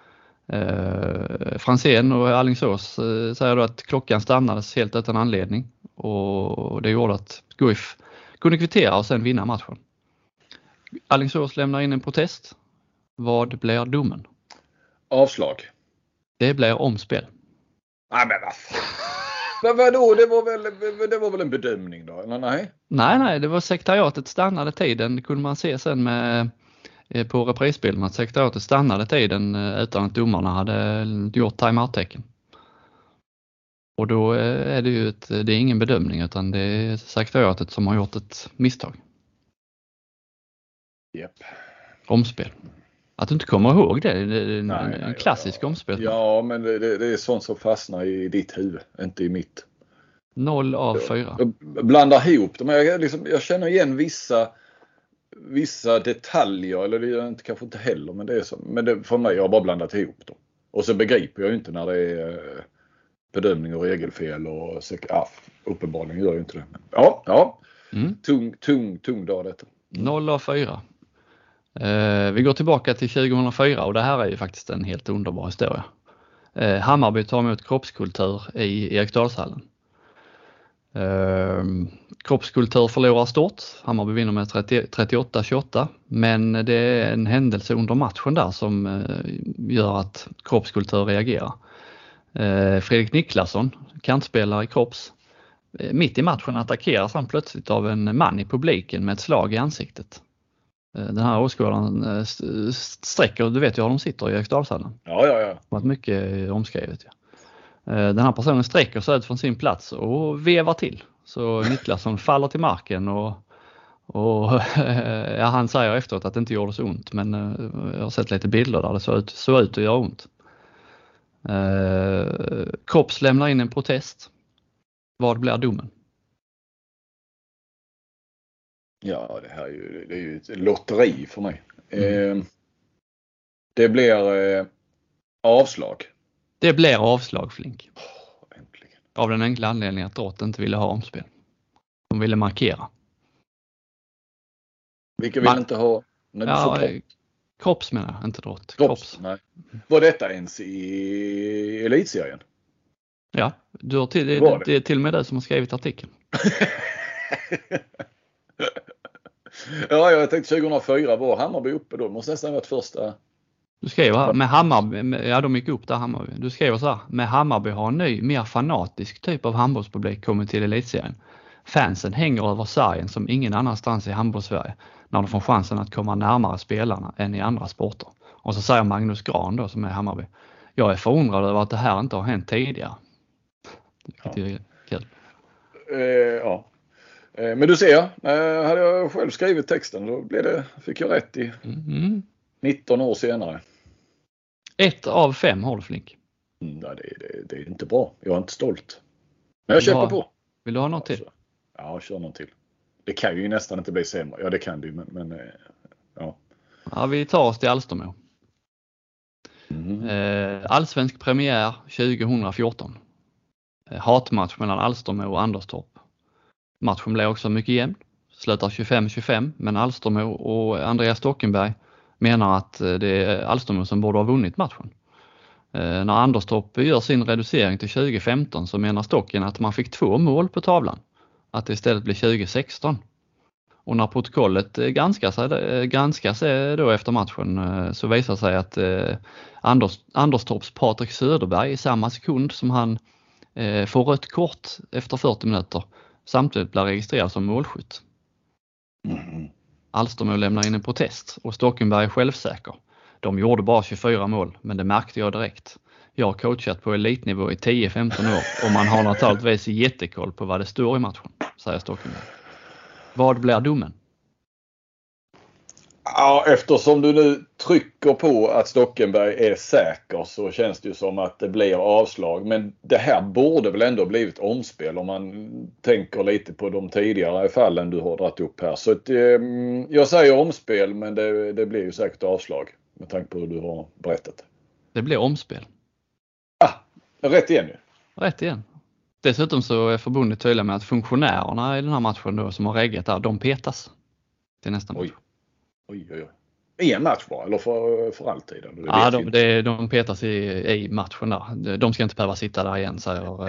Franzén och Alingsås säger då att klockan stannades helt utan anledning, och det gjorde att Guif kunde kvittera och sen vinna matchen. Alingsås lämnar in en protest. Vad blir domen? Avslag. Det blir omspel. Nej, men vad fan. Men vadå? Det var väl en bedömning då, eller nej? Nej, det var sekretariatet stannade tiden. Det kunde man se sen på reprisbilden, att sekretariatet stannade tiden utan att domarna hade gjort timeout-tecken. Och då är det ju det är ingen bedömning, utan det är sekretariatet som har gjort ett misstag. Yep. Omspel. Att du inte kommer ihåg det är en klassisk omspel. Ja, men det är sånt som fastnar i ditt huvud, inte i mitt. 0 av 4. Jag blandar ihop dem. Jag känner igen vissa detaljer, eller det är inte, kanske inte heller, men det är så. Men för mig, jag har bara blandat ihop dem. Och så begriper jag inte när det är bedömning och regelfel och uppenbarligen gör jag inte det. Men, ja. Tung dag detta. 0 av 4. Vi går tillbaka till 2004, och det här är ju faktiskt en helt underbar historia. Hammarby tar emot Kroppskultur i Eriksdalshallen. Kroppskultur förlorar stort. Hammarby vinner med 38-28, men det är en händelse under matchen där som gör att Kroppskultur reagerar. Fredrik Niklasson, kantspelare i Kropps, mitt i matchen attackeras han plötsligt av en man i publiken med ett slag i ansiktet. Den här åskådaren sträcker, du vet ju hur de sitter i Eriksdalshallen. Ja. Det har varit mycket omskrivet. Ja. Den här personen sträcker sig ut från sin plats och vevar till. Så Niklasson faller till marken och han säger efteråt att det inte gjorde så ont, men jag har sett lite bilder där det såg ut att göra ont. Kropps lämnar in en protest. Vad blir domen? Ja, det är ju ett lotteri för mig. Det blir avslag. Det blir avslag, Flink. Äntligen. Av den enkla anledningen att Drott inte ville ha omspel. De ville markera. Vilka vill inte ha? Kropps menar jag, inte Drott. Kropps. Nej. Var detta ens i elitserien? Ja, det är till och med det som har skrivit artikeln. Ja, jag tänkte 2004 var Hammarby uppe då. Måste nästan ha varit första. Du skriver här, med Hammarby, de gick upp där Hammarby. Du skriver så här, med Hammarby har en ny, mer fanatisk typ av handbollspublik kommit till elitserien. Fansen hänger över sargen som ingen annanstans i handbollssverige när de får chansen att komma närmare spelarna än i andra sporter. Och så säger Magnus Gran då, som är Hammarby: jag är förundrad över att det här inte har hänt tidigare. Det är kul. Ja. Men du ser, hade jag själv skrivit texten då fick jag rätt i 19 år senare. 1 av 5 håll, Flink. Nej, det är inte bra. Jag är inte stolt. Men jag köper på. Vill du ha något till? Ja, kör något till. Det kan ju nästan inte bli sämre. Ja, det kan det ju, men ja. Ja, vi tar oss till Alstermo. Allsvensk premiär 2014. Hatmatch mellan Alstermo och Anderstorp. Matchen blev också mycket jämn. Slutar 25-25, men Alstermo och Andreas Stockenberg menar att det är Alstermo som borde ha vunnit matchen. När Anderstorp gör sin reducering till 2015 så menar Stocken att man fick 2 mål på tavlan. Att det istället blir 2016. Och när protokollet granskas då efter matchen så visar sig att Anderstorps Patrik Söderberg i samma sekund som han får rött kort efter 40 minuter samtidigt blir registrerad som målskytt. Alstermo lämnar in en protest och Stockenberg är självsäker. De gjorde bara 24 mål, men det märkte jag direkt. Jag har coachat på elitnivå i 10-15 år och man har naturligtvis jättekoll på vad det står i matchen, säger Stockenberg. Vad blir domen? Ja, eftersom du nu trycker på att Stockenberg är säker så känns det ju som att det blir avslag. Men det här borde väl ändå blivit omspel om man tänker lite på de tidigare fallen du har dragit upp här. Så att, jag säger omspel, men det blir ju säkert avslag med tanke på hur du har berättat. Det blir omspel. Rätt igen nu. Rätt igen. Dessutom så är förbundet tydliga med att funktionärerna i den här matchen då, som har reggat där, de petas till nästa match. Oj. En match bara, eller för alltid? Eller? Ja, de petas i matchen där. De ska inte behöva sitta där igen, säger...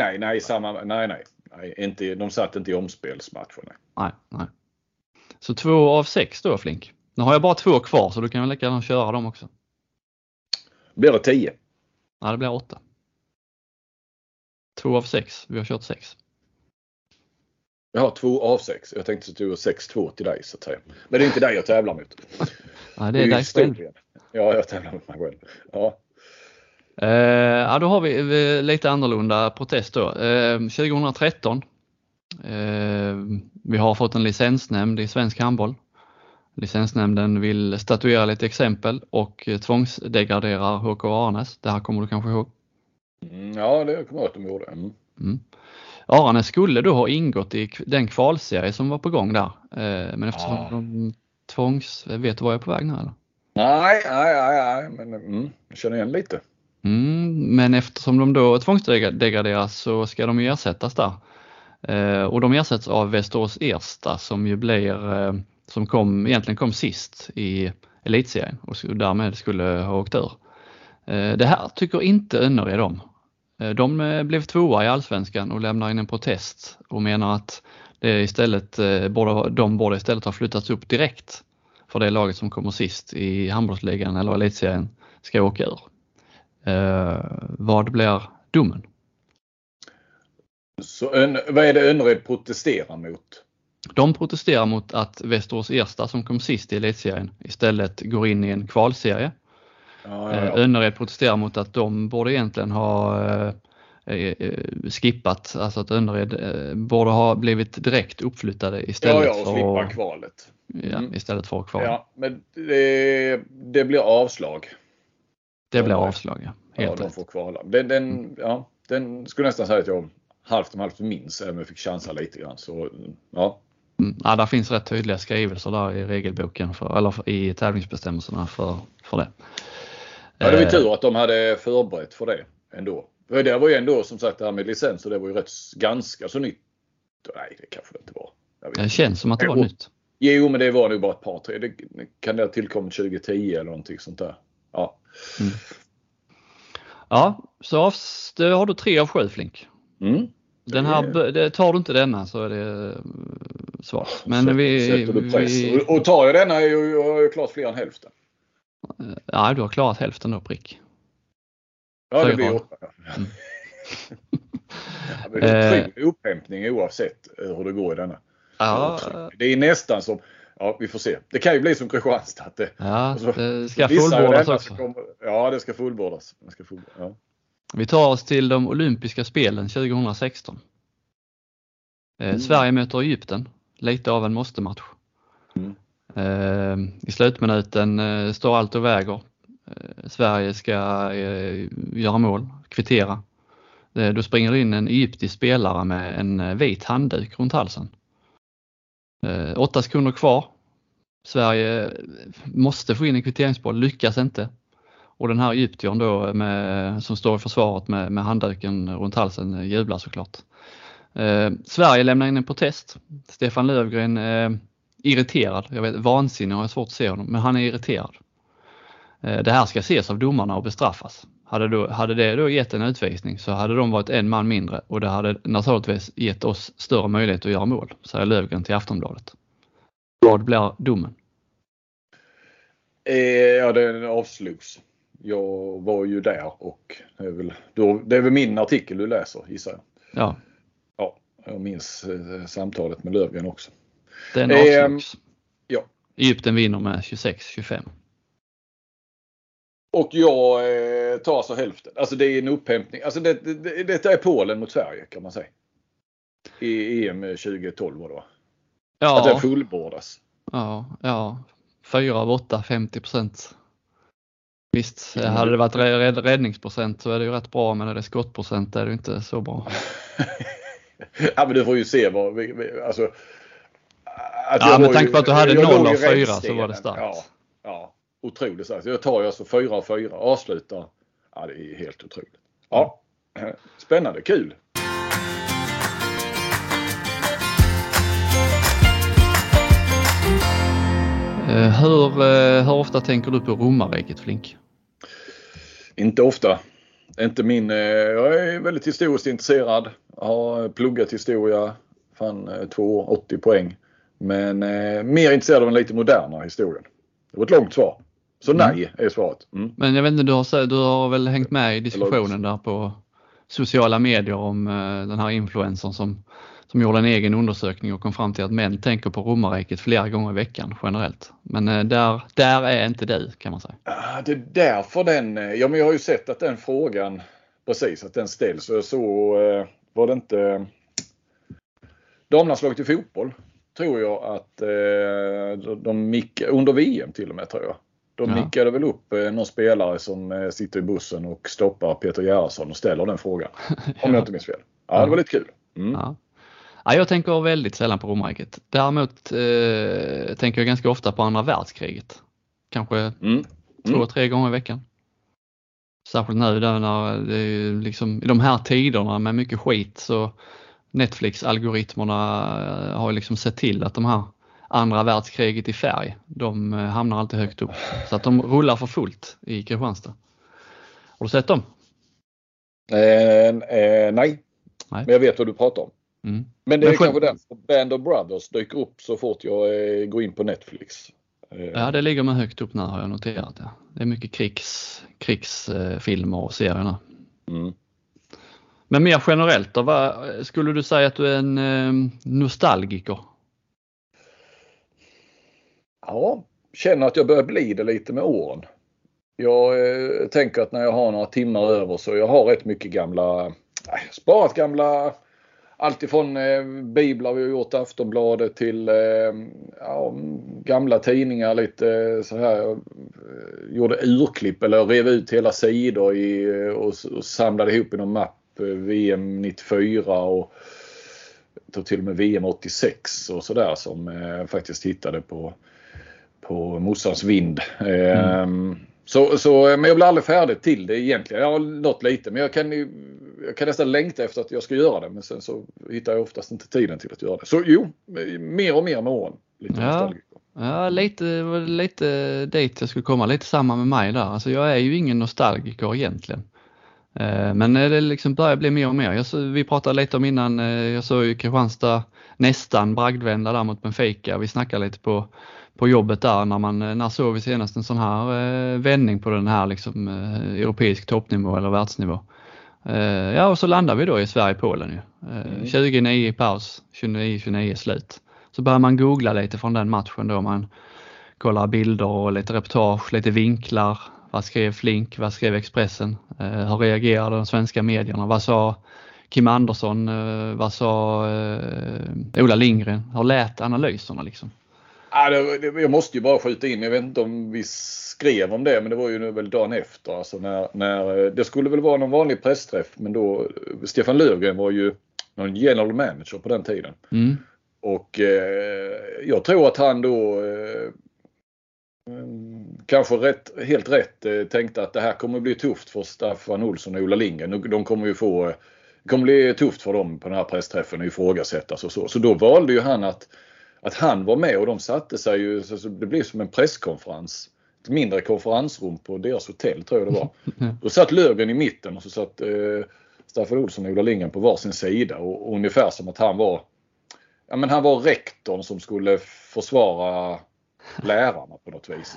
Nej, inte, de satt inte i omspelsmatchen. Nej. Så 2 av 6 då, Flink. Nu har jag bara 2 kvar så du kan väl lika gärna köra dem också. Blir det 10? Ja, det blir 8. 2 av 6. Vi har kört 6. Jag har 2 av 6. Jag tänkte att du har 6-2 till dig så att säga. Men det är inte dig jag tävlar mot. Ja, det är dig själv. Ja, jag tävlar mot mig själv. Ja. Då har vi lite annorlunda protest då. 2013. Vi har fått en licensnämnd i svensk handboll. Licensnämnden vill statuera lite exempel och tvångsdegraderar HK Aranäs. Det här kommer du kanske ihåg? Ja, det kommer jag att de gjorde. Aranäs skulle då ha ingått i den kvalserie som var på gång där. Men eftersom de vet du vad jag är på väg nu eller? Nej, men jag känner igen lite. Men eftersom de då tvångsdegraderas så ska de ersättas där. Och de ersätts av Västerås Ersta som ju blir egentligen kom sist i elitserien och därmed skulle ha åkt ur. Det här tycker inte Önnered om. De blev 2:a i allsvenskan och lämnar in en protest och menar att det istället de borde istället ha flyttats upp direkt för det laget som kommer sist i handbollsligan eller elitserien ska åka ur. Vad blir domen? Så vad är det Önnered protesterar mot? De protesterar mot att Västerås Ersta som kom sist i elitserien istället går in i en kvalserie. Önnered protesterar mot att de borde egentligen ha skippat, alltså att Önnered borde ha blivit direkt uppflyttade istället och slippa kvalet. Istället för kval. Ja, men det blir avslag. Det blir avslag, ja. Helt rätt. De får kvala. Den skulle nästan säga att jag halvt om halvt minns, även om jag fick chansa lite grann. Så, ja. Ja, där finns rätt tydliga skrivelser där i regelboken eller i tävlingsbestämmelserna för det. Ja, det var tur att de hade förberett för det ändå. Det var ju ändå som sagt det här med licens och det var ju ganska så nytt. Nej, det kanske det inte var. Det känns som att det var nytt. Jo, men det var nog bara ett par, tre. Det kan det ha tillkommit 2010 eller någonting sånt där. Ja. Ja, så har du 3 av 7, Flink. Den här, tar du inte denna så är det svårt. Men sätter du press. Och tar jag denna är jag klart fler än hälften. Ja, du har klarat hälften då, prick. Ja, det blir 8. Det är en upphämtning oavsett hur det går i denna. Ja. Det är nästan som, vi får se. Det kan ju bli som Kristianstad. Det ska fullbordas också. Det ska fullbordas. Ja. Vi tar oss till de olympiska spelen 2016. Sverige möter Egypten. Lite av en måste-match. I slutminuten står allt och väger. Sverige ska göra mål, kvittera. Då springer det in en egyptisk spelare med en vit handduk runt halsen. 8 sekunder kvar. Sverige måste få in en kvitteringsboll, lyckas inte. Och den här egyptiern då som står i försvaret med handduken runt halsen jublar såklart. Sverige lämnar in en protest. Stefan Löfgren irriterad. Jag vet, vansinnig har jag svårt att se honom, men han är irriterad. Det här ska ses av domarna och bestraffas. Hade det då gett en utvisning så hade de varit en man mindre och det hade naturligtvis gett oss större möjlighet att göra mål, säger Löfgren till Aftonbladet. Vad blir domen? Ja, den avsluts. Jag var ju där och det är väl min artikel du läser, gissar jag. Ja. Ja, jag minns samtalet med Löfgren också. Den avsluts. Ja. Egypten vinner med 26-25. Och jag tar så hälften. Alltså det är en upphämtning. Alltså detta är Polen mot Sverige kan man säga. I EM 2012 var det. Ja. Att det fullbordas. Ja. 4 av 8, 50%. Visst, hade det varit räddningsprocent så är det ju rätt bra, men är det skottprocent är det inte så bra. Ja, men du får ju se vad alltså. Med tanke på att du hade 0 av 4 så var det starkt. Ja. Otroligt starkt. Jag tar ju alltså 4 av 4, avslutar. Ja, det är helt otroligt. Ja, spännande, kul. Hur ofta tänker du på romarriket, Flink? Inte ofta. Inte min. Jag är väldigt historiskt intresserad. Jag har pluggat historia. 80 poäng. Men mer intresserad av en lite modernare historien. Det var ett långt svar. Så nej är svaret. Mm. Men jag vet inte, du har väl hängt med i diskussionen där på sociala medier om den här influencern som gjorde en egen undersökning och kom fram till att män tänker på romarriket flera gånger i veckan generellt. Men där är inte du, kan man säga. Det är därför men jag har ju sett att den frågan precis, att den ställs. Så var det inte damlandslaget i fotboll, tror jag att de under VM till och med, tror jag. De mickade väl upp någon spelare som sitter i bussen och stoppar Peter Gerhardsson och ställer den frågan. Om jag inte minns fel. Ja, det var lite kul. Mm. Ja, jag tänker väldigt sällan på romarriket. Däremot tänker jag ganska ofta på andra världskriget. Kanske 2-3 gånger i veckan. Särskilt nu där när det är liksom, i de här tiderna med mycket skit, så Netflix-algoritmerna har liksom sett till att de här andra världskriget i färg, de hamnar alltid högt upp. Så att de rullar för fullt i Kristianstad. Har du sett dem? Nej. Men jag vet vad du pratar om. Mm. Men det är kanske den Band of Brothers dyker upp så fort jag går in på Netflix. Ja, det ligger med högt upp nu, har jag noterat. Ja. Det är mycket krigsfilmer och serierna. Mm. Men mer generellt då, skulle du säga att du är en nostalgiker? Ja, känner att jag börjar bli det lite med åren. Jag tänker att när jag har några timmar över så jag har rätt mycket sparat gamla, alltifrån biblar vi har gjort, Aftonbladet, till gamla tidningar lite så här. Jag gjorde urklipp eller rev ut hela sidor och samlade ihop i någon mapp VM 94 och tog till och med VM 86 och sådär, som faktiskt hittade på mossans vind. Så, men jag blir aldrig färdig till det egentligen. Jag har nått lite, men jag kan nästan längta efter att jag ska göra det. Men sen så hittar jag oftast inte tiden till att göra det. Så mer och mer med åren. Lite dit jag skulle komma. Lite samma med mig där. Alltså jag är ju ingen nostalgiker egentligen. Men det liksom börjar bli mer och mer. Vi pratade lite om innan, jag såg ju Kristianstad nästan bragdvända där mot Benfica. Vi snackade lite på jobbet där när såg vi senast en sån här vändning på den här liksom europeisk toppnivå eller världsnivå. Och så landar vi då i Sverige-Polen ju. 29 i paus, 29 slut. Så börjar man googla lite från den matchen då, man kollar bilder och lite reportage, lite vinklar. Vad skrev Flink? Vad skrev Expressen? Hur reagerade de svenska medierna? Vad sa Kim Andersson? Vad sa Ola Lindgren? Hur lät analyserna liksom? Jag måste ju bara skjuta in, jag vet inte om vi skrev om det, men det var ju väl dagen efter. Alltså när det skulle väl vara någon vanlig pressträff, men då Stefan Löfgren var ju någon general manager på den tiden. Och jag tror att han då kanske helt rätt tänkte att det här kommer bli tufft för Staffan Olsson och Ola Lindgren. De kommer ju det kommer bli tufft för dem på den här pressträffen och ifrågasättas och så. Så då valde ju han att han var med och de satte sig ju, så det blev som en presskonferens. Ett mindre konferensrum på deras hotell tror jag det var. Då satt Löfgren i mitten och så satt Staffan Olsson och Ola Lindgren på varsin sida och ungefär som att han var rektorn som skulle försvara lärarna på något vis.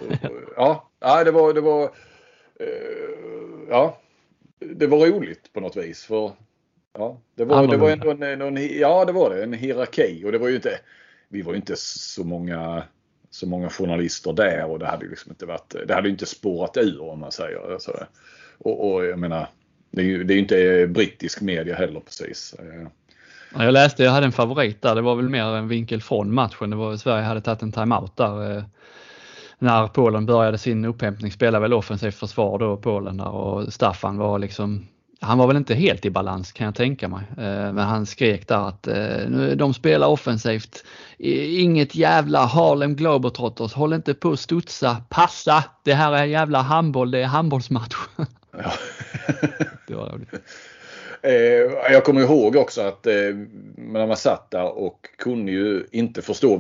Det var roligt på något vis för det var ändå en hierarki och det var ju inte, vi var ju inte så många journalister där och det hade liksom inte varit, det hade inte spårat ur om man säger så. Och jag menar det är ju inte brittisk media heller precis. Jag hade en favorit där, det var väl mer en vinkel från matchen. Det var Sverige hade tagit en timeout där när Polen började sin upphämtning, spelade väl offensivt försvar då Polen där, och Staffan var liksom, han var väl inte helt i balans kan jag tänka mig, men han skrek där att de spelar offensivt, inget jävla Harlem Globetrotters, håll inte på att studsa, passa, det här är jävla handboll, det är handbollsmatch. Ja. Det var roligt. Jag kommer ihåg också att när man satt där och kunde ju inte förstå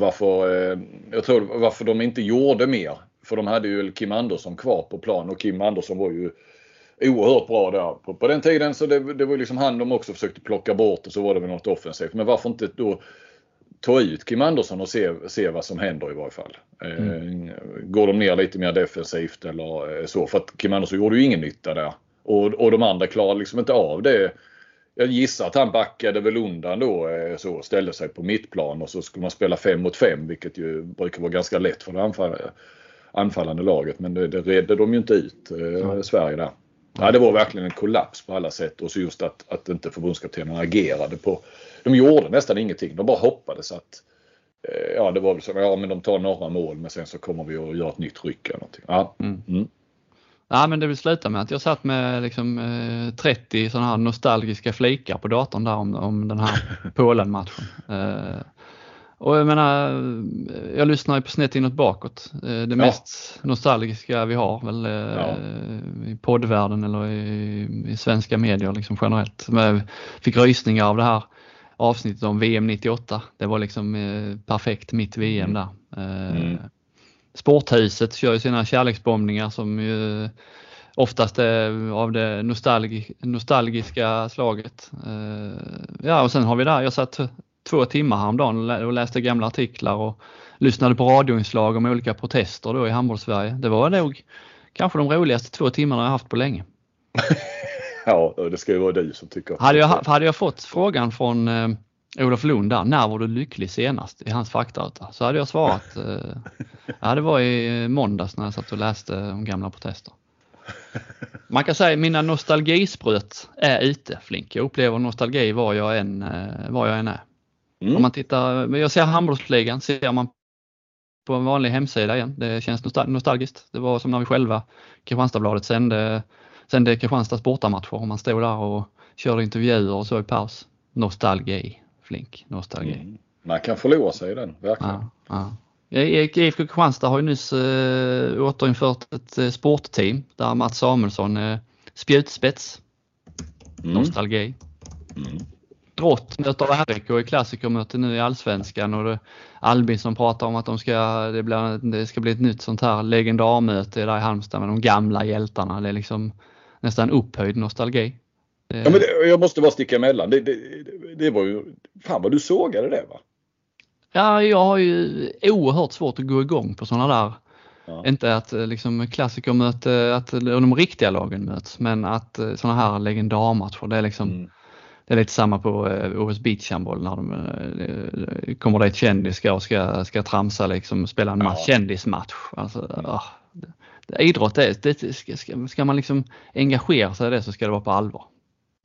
varför de inte gjorde mer. För de hade ju Kim Andersson kvar på plan och Kim Andersson var ju oerhört bra där på den tiden, så det var liksom han de också försökte plocka bort och så var det väl något offensivt. Men varför inte då ta ut Kim Andersson och se vad som händer i varje fall. Går de ner lite mer defensivt eller så, för att Kim Andersson gjorde ju ingen nytta där. Och de andra klarade liksom inte av det. Jag gissar att han backade väl undan då, så ställde sig på mittplan och så skulle man spela 5 mot 5, vilket ju brukar vara ganska lätt för det anfallande laget, men det redde de ju inte ut Sverige där. Ja, det var verkligen en kollaps på alla sätt, och så just att inte förbundskaptenen agerade på. De gjorde nästan ingenting, de bara hoppades att det var väl så, men de tar några mål men sen så kommer vi att göra ett nytt ryck eller någonting. Ja, men det vill sluta med att jag satt med liksom 30 sådana här nostalgiska flikar på datorn där om den här Polen-matchen. Och jag menar, jag lyssnar ju på Snett inåt bakåt. Det mest nostalgiska vi har väl i poddvärlden eller i svenska medier liksom generellt. Jag fick rysningar av det här avsnittet om VM 98. Det var liksom perfekt mitt VM där. Sporthuset kör ju sina kärleksbombningar som ju oftast är av det nostalgiska slaget. Och sen har vi där, jag satt 2 timmar häromdagen och läste gamla artiklar och lyssnade på radioinslag om olika protester då i handbollssverige. Det var nog kanske de roligaste 2 timmarna jag haft på länge. Ja, det ska ju vara du som tycker. Hade jag fått frågan från Olof Lund där, när var du lycklig senast i hans faktaruta, så hade jag svarat det var i måndags när jag satt och läste om gamla protester. Man kan säga mina nostalgispröt är ute, Flink. Jag upplever nostalgi var jag än är. Om man tittar, jag ser handbollsligan, ser man på en vanlig hemsida igen. Det känns nostalgiskt. Det var som när vi själva, Kristianstadsbladet, sände Kristianstads bortamatcher och man stod där och körde intervjuer och så i paus. Nostalgi, Flink, nostalgi. Man kan förlora sig i den, verkligen. IFK Kristianstad har ju nyss återinfört ett sportteam där Mats Samuelsson är spjutspets. Nostalgi. Drott möter RIK i klassikermöte nu i Allsvenskan, och det Albin som pratar om att det ska bli ett nytt sånt här legendarmöte där i Halmstad med de gamla hjältarna. Det är liksom nästan upphöjd nostalgi. Ja, men jag måste bara sticka emellan. Det var ju, fan vad du sågade det, va? Ja, jag har ju oerhört svårt att gå igång på sådana där. Ja. Inte att liksom klassikermöte, att de riktiga lagen möts, men att sådana här legendarmatcher, det är liksom det är lite samma på OS beachhandboll när de kommer det ett kändis och ska tramsa liksom, spela en kändismatch. Alltså, idrott ska man liksom engagera sig i det, så ska det vara på allvar.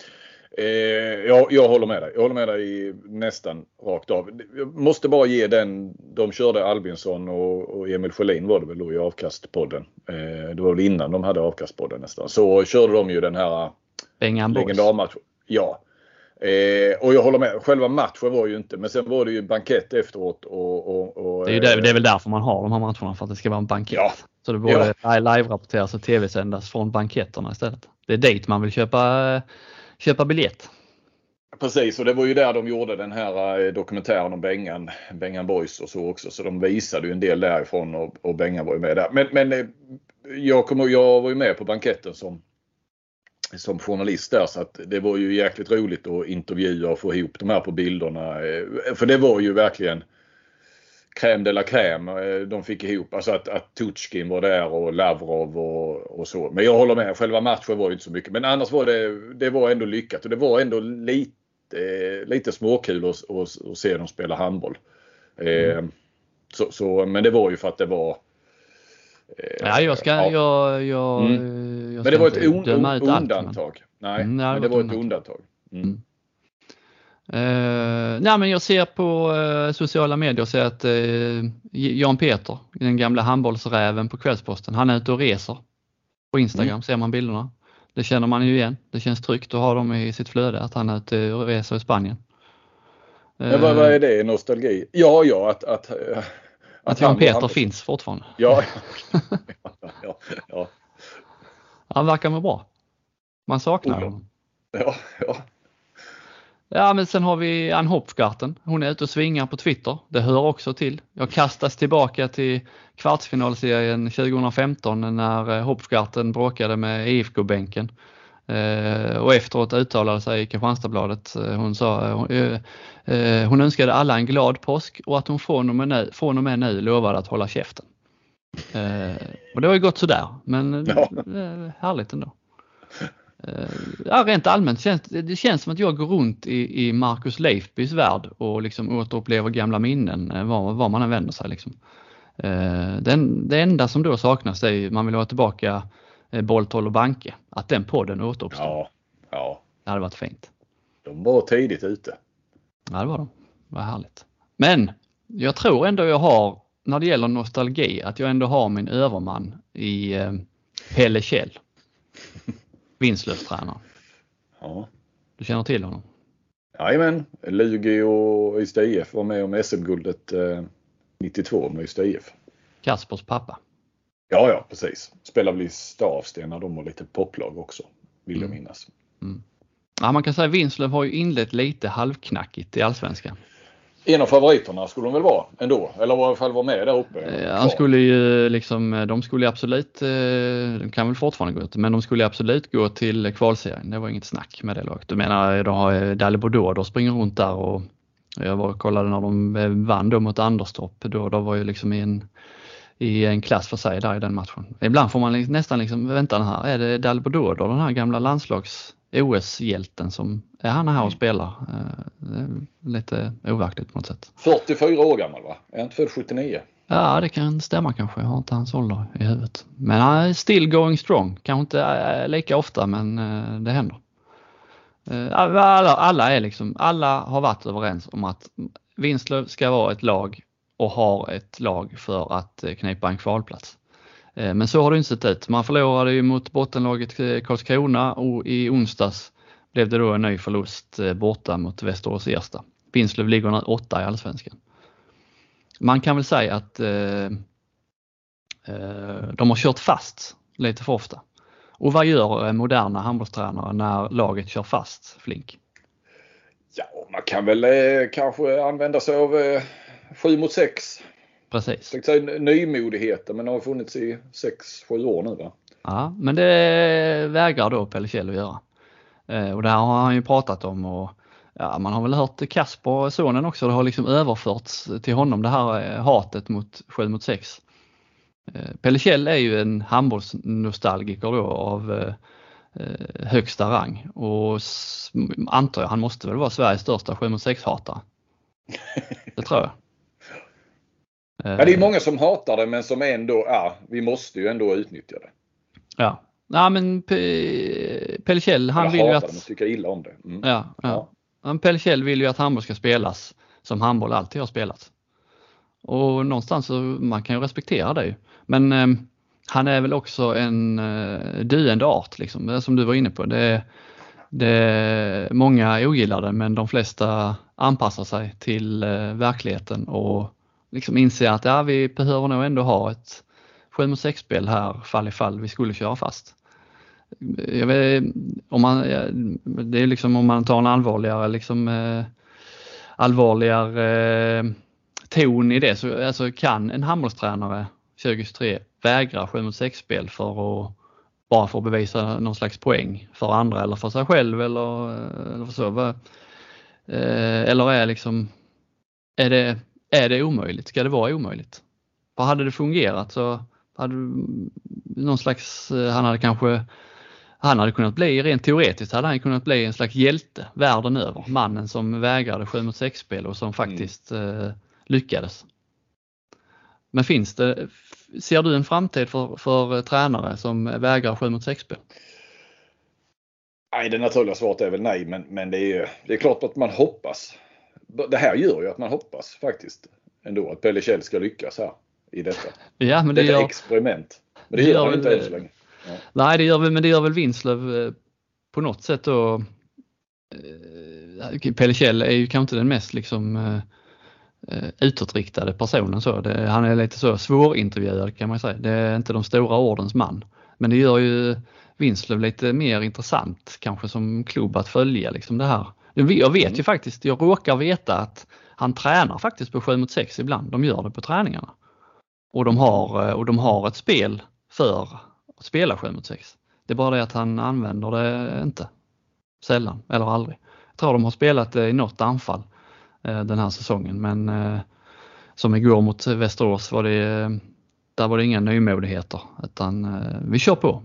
Jag håller med dig. Jag håller med dig nästan rakt av. Jag måste bara ge de körde Albinsson och Emil Sjölin var det väl då i Avkastpodden. Det var väl innan de hade Avkastpodden nästan. Så körde de ju den här legendarmatchen. Ja. Och jag håller med. Själva matchen var ju inte. Men sen var det ju bankett efteråt. Och det är väl därför man har de här matcherna. För att det ska vara en bankett. Ja. Så det borde live-rapporteras och tv-sändas från banketterna istället. Det är dit man vill köpa biljett. Precis, och det var ju där de gjorde den här dokumentären om Bengan Boys och så också. Så de visade ju en del därifrån och Bengan var ju med där. Men jag var ju med på banketten som journalist där, så att det var ju jäkligt roligt att intervjua och få ihop de här på bilderna. För det var ju verkligen crème de la crème. De fick ihop, alltså att Tutschkin var där och Lavrov och så. Men jag håller med, själva matchen var ju inte så mycket. Men annars var det var ändå lyckat och det var ändå lite småkul att se dem spela handboll. Men det var ju för att det var men det var ett undantag. Men det var ett undantag. Nej, men jag ser på sociala medier och ser att Jan Peter, den gamla handbollsräven på Kvällsposten, han är ute och reser. På Instagram ser man bilderna. Det känner man ju igen. Det känns tryggt att ha dem i sitt flöde, att han är ute och reser i Spanien. Men vad är det? Nostalgi? Ja, att Jan Peter finns fortfarande. Ja. Han verkar vara bra. Man saknar honom. Ja. Ja, men sen har vi Ann Hopfgarten. Hon är ute och svingar på Twitter. Det hör också till. Jag kastas tillbaka till kvartsfinalserien 2015 när Hopfgarten bråkade med IFK-bänken. Och efteråt uttalade sig i Kristianstadsbladet. Hon sa hon önskade alla en glad påsk och att hon från och med nu lovade att hålla käften. Och det har ju gått sådär, men härligt ändå. Rent allmänt det känns som att jag går runt i Marcus Leifbys värld och liksom återupplever gamla minnen var man än vänder sig liksom. Det enda som då saknas är att man vill ha tillbaka Boltol och Banke, att den podden återuppstår. Ja. Det hade varit fint. De var tidigt ute. Ja, det var de. Det var härligt. Men jag tror ändå jag har, när det gäller nostalgi, att jag ändå har min överman i Pelle Kjell. Vinslövstränare. Ja. Du känner till honom? Jajamän. Lugi och Ystad IF var med om SM-guldet 92 med Ystad IF. Kaspers pappa. Ja, precis. Spelar väl i Stavsten när de var lite poplag också, vill jag minnas. Ja, man kan säga att Vinslöv har ju inlett lite halvknackigt i Allsvenskan. En av favoriterna skulle de väl vara ändå, eller i alla fall vara med där uppe. Han skulle ju liksom, de skulle absolut, de kan väl fortfarande gå ut, men de skulle absolut gå till kvalserien. Det var inget snack med det laget. Du menar, de har Dalibor då springer runt där och jag var och kollade när de vann då mot Anderstorp. Då var ju liksom i en klass för sig där i den matchen. Ibland får man nästan liksom vänta den här. Är det Dalibor då, den här gamla landslags OS-hjälten som är han här och spelar? Lite overkligt på något sätt. 44 år gammal, va? Är han inte född 79? Ja, det kan stämma kanske. Jag har inte hans ålder i huvudet. Men han är still going strong. Kanske inte lika ofta, men det händer. Alla har varit överens om att Vinslöv ska vara ett lag och har ett lag för att knipa en kvalplats. Men så har det inte sett ut. Man förlorade ju mot bottenlaget Karlskrona och i onsdags blev det då en ny förlust borta mot Västerås Ersta. Vinslöv ligger 8 i Allsvenskan. Man kan väl säga att de har kört fast lite för ofta. Och vad gör moderna handbollstränare när laget kör fast, Flink? Ja, man kan väl kanske använda sig av 7 mot 6. Precis. Jag tänkte säga nymodigheter, men det har funnits i 6-7 år nu, va? Ja, men det vägrar då Pelle Kjell att göra. Och det här har han ju pratat om och ja, man har väl hört Kasper, sonen också, det har liksom överförts till honom det här hatet mot 7 mot 6. Pelle Kjell är ju en handbollsnostalgiker då av högsta rang och antar jag han måste väl vara Sveriges största 7 mot 6-hatare. Det tror jag. Ja, det är många som hatar det men som ändå vi måste ju ändå utnyttja det. Ja, Nej, men Pelle Kjell, han vill ju att... Jag tycker illa om det. Ja. Pelle Kjell vill ju att handboll ska spelas som handboll alltid har spelats. Och någonstans så man kan ju respektera det. Men han är väl också en döende art liksom. Det som du var inne på. Många ogillar det, men de flesta anpassar sig till verkligheten och liksom inser att vi behöver nog ändå ha ett 7-mot-6-spel här fall vi skulle köra fast. Jag vet, det är liksom om man tar en allvarligare ton i det, så alltså kan en handbollstränare 2023 vägra 7-mot-6-spel bara för att bevisa någon slags poäng för andra eller för sig själv eller för så. Eller är det omöjligt? Ska det vara omöjligt? För hade det fungerat så hade någon slags, han hade kunnat bli, rent teoretiskt hade han kunnat bli en slags hjälte världen över. Mannen som vägrade 7-mot-6-spel och som faktiskt lyckades. Men ser du en framtid för tränare som vägrar 7-mot-6-spel? Nej, det naturliga svaret är väl nej, men det är klart att man hoppas. Det här gör ju att man hoppas faktiskt ändå att Pelle Kjell ska lyckas här i detta. Ja, men det är ett experiment. Men det gör han inte än så länge. Ja. Nej, det gör väl Vinslöv på något sätt då. Pelle Kjell är ju kanske inte den mest utåtriktade personen så. Han är lite så svårintervjuad kan man säga. Det är inte de stora ordens man. Men det gör ju Vinslöv lite mer intressant kanske som klubb att följa det här. Jag vet ju faktiskt, jag råkar veta att han tränar faktiskt på 7-mot-6 ibland. De gör det på träningarna. Och de har ett spel för att spela 7-mot-6. Det är bara det att han använder det inte. Sällan eller aldrig. Jag tror de har spelat i något anfall den här säsongen. Men som igår mot Västerås var det inga nymodigheter. Utan vi kör på.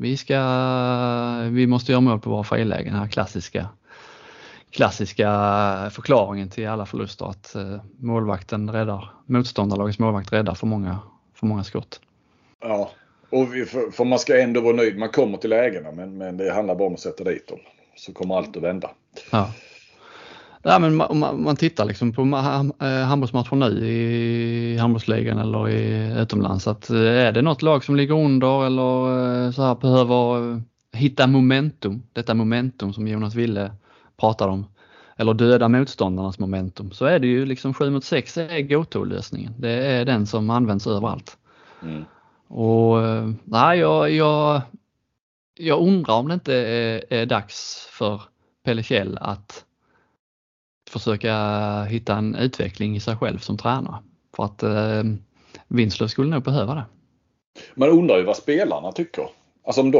Vi måste göra mål på våra frilägen. Här klassiska förklaringen till alla förluster. Att motståndarlagets målvakt räddar för många skott. Ja, och för man ska ändå vara nöjd. Man kommer till lägena men det handlar bara om att sätta dit dem. Så kommer allt att vända. Ja, men om man tittar på handbollsmatcher nu i handbollsligan eller utomlands, att är det något lag som ligger under eller så här behöver hitta momentum, detta momentum som Jonas Wille pratar om, eller döda motståndarnas momentum, så är det ju 7-mot-6 är go-to-lösningen. Det är den som används överallt. Och jag undrar om det inte är dags för Pelle Kjell att försöka hitta en utveckling i sig själv som tränare. För att Vinslöv skulle nog behöva det. Man undrar ju vad spelarna tycker. Alltså om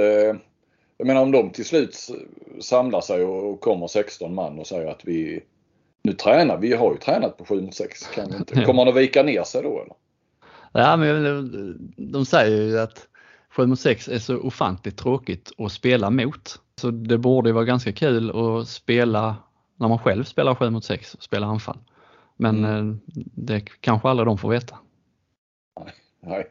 de till slut samlar sig och kommer 16 man och säger att vi har ju tränat på 7-mot-6. Kan vi inte? Kommer man att vika ner sig då eller? Ja, men de säger ju att 7-mot-6 är så ofantligt tråkigt att spela mot. Så det borde vara ganska kul att spela när man själv spelar 7-mot-6 och spelar anfall. Men det kanske alla de får veta. Nej.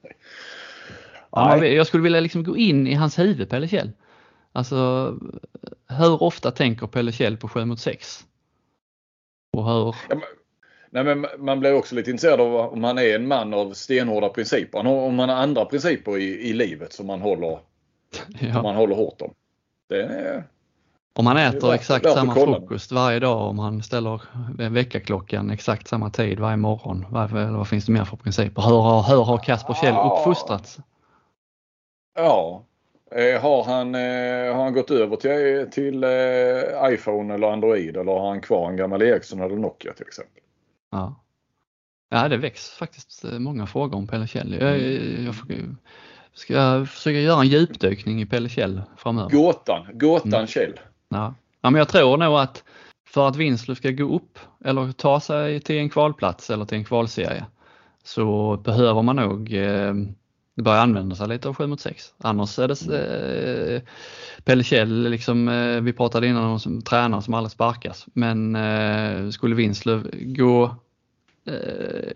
Jag skulle vilja gå in i hans huvud, Pelle Kjell. Alltså, hur ofta tänker Pelle Kjell på 7-mot-6? Och hur... Nej, men man blir också lite intresserad av om han är en man av stenhårda principer. Om man har andra principer i livet som man håller hårt om. Om man äter exakt samma frukost varje dag, om han ställer veckaklockan exakt samma tid varje morgon. Vad finns det mer för principer? Hur har Kasper Kjell uppfostrats? Ja. Har han gått över till iPhone eller Android, eller har han kvar en gammal Ericsson eller Nokia till exempel? Ja, det väcks faktiskt många frågor om Pelle Kjell. Jag ska försöka göra en djupdykning i Pelle Kjell framöver. Gåtan Kjell. Ja, men jag tror nog att för att Vinslöv ska gå upp eller ta sig till en kvalplats eller till en kvalserie, så behöver man nog börja använda sig lite av 7-mot-6. Annars är det Pelle Kjell, vi pratade innan om som tränare som aldrig sparkas. Men skulle Vinslöv gå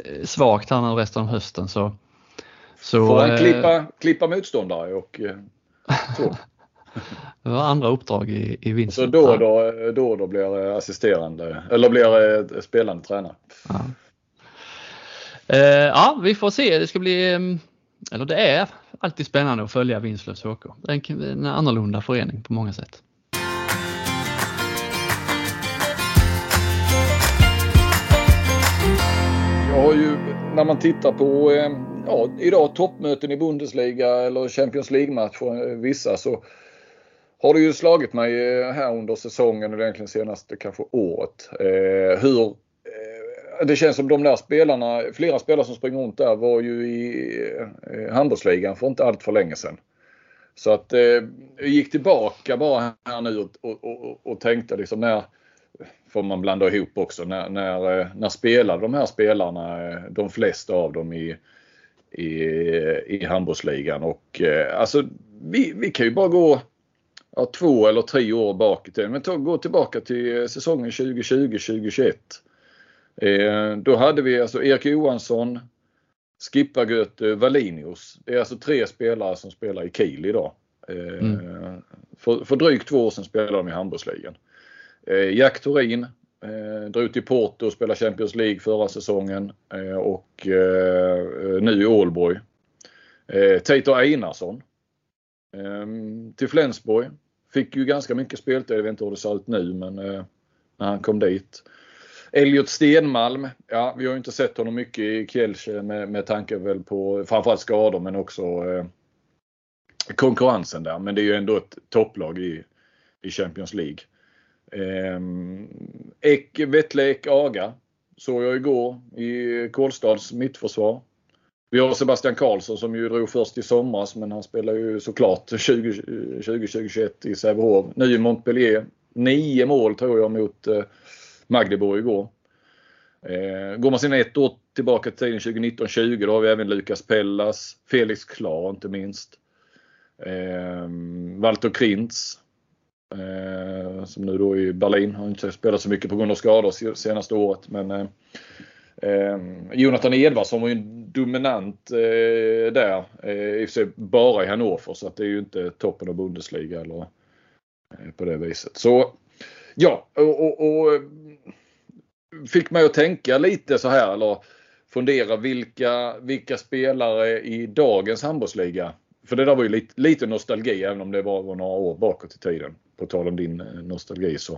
svagt här nu resten av hösten så får han klippa motståndare och Så. Det var andra uppdrag i vinsten. Så då blir assisterande eller blir spelande tränare. Ja, vi får se. Det ska bli, eller det är alltid spännande att följa Vinslövs HK. Det är en annorlunda förening på många sätt. Jag har ju, när man tittar på idag toppmöten i Bundesliga eller Champions League-matcher, vissa, så har det ju slagit mig här under säsongen och egentligen senaste kanske året. Det känns som de där spelarna, flera spelare som springer runt där var ju i handbollsligan för inte allt för länge sedan. Så att jag gick tillbaka bara här nu och tänkte liksom när får man blanda ihop också när spelade de här spelarna, de flesta av dem i handbollsligan, och alltså vi kan ju bara gå 2 eller 3 år bak i tiden, men gå tillbaka till säsongen 2020-2021. Då hade vi alltså Erik Johansson, Skipagöte, Wallinius. Det är alltså 3 spelare som spelar i Kiel idag. För drygt 2 år sedan spelade de i handbollsligan. Jack Thorin drog till Porto och spelade Champions League förra säsongen, och nu i Ålborg. Teitur Einarsson till Flensburg. Fick ju ganska mycket speltid, jag vet inte hur det ser ut nu, men när han kom dit. Elliot Stenmalm, ja, vi har ju inte sett honom mycket i Kielce med tanke väl på framförallt skador, men också konkurrensen där. Men det är ju ändå ett topplag i Champions League. Vettle Aga såg jag igår i Kolstads mittförsvar. Vi har Sebastian Karlsson som ju drog först i somras, men han spelar ju såklart 2021 i Sävehof. Ny i Montpellier. 9 mål tror jag mot Magdeburg igår. Går man sedan 1 år tillbaka till tiden 2019-20, då har vi även Lukas Pellas, Felix Klar inte minst. Walter Krintz som nu då i Berlin, har inte spelat så mycket på grund av skador senaste året, men Jonathan Edvardsson var ju dominant där, i och för sig bara i Hannover, så att det är ju inte toppen av Bundesliga eller på det viset. Så ja, och fick mig att tänka lite så här, eller fundera vilka spelare i dagens handbollsliga, för det där var ju lite nostalgi, även om det var några år bakåt i tiden, på tal om din nostalgi så.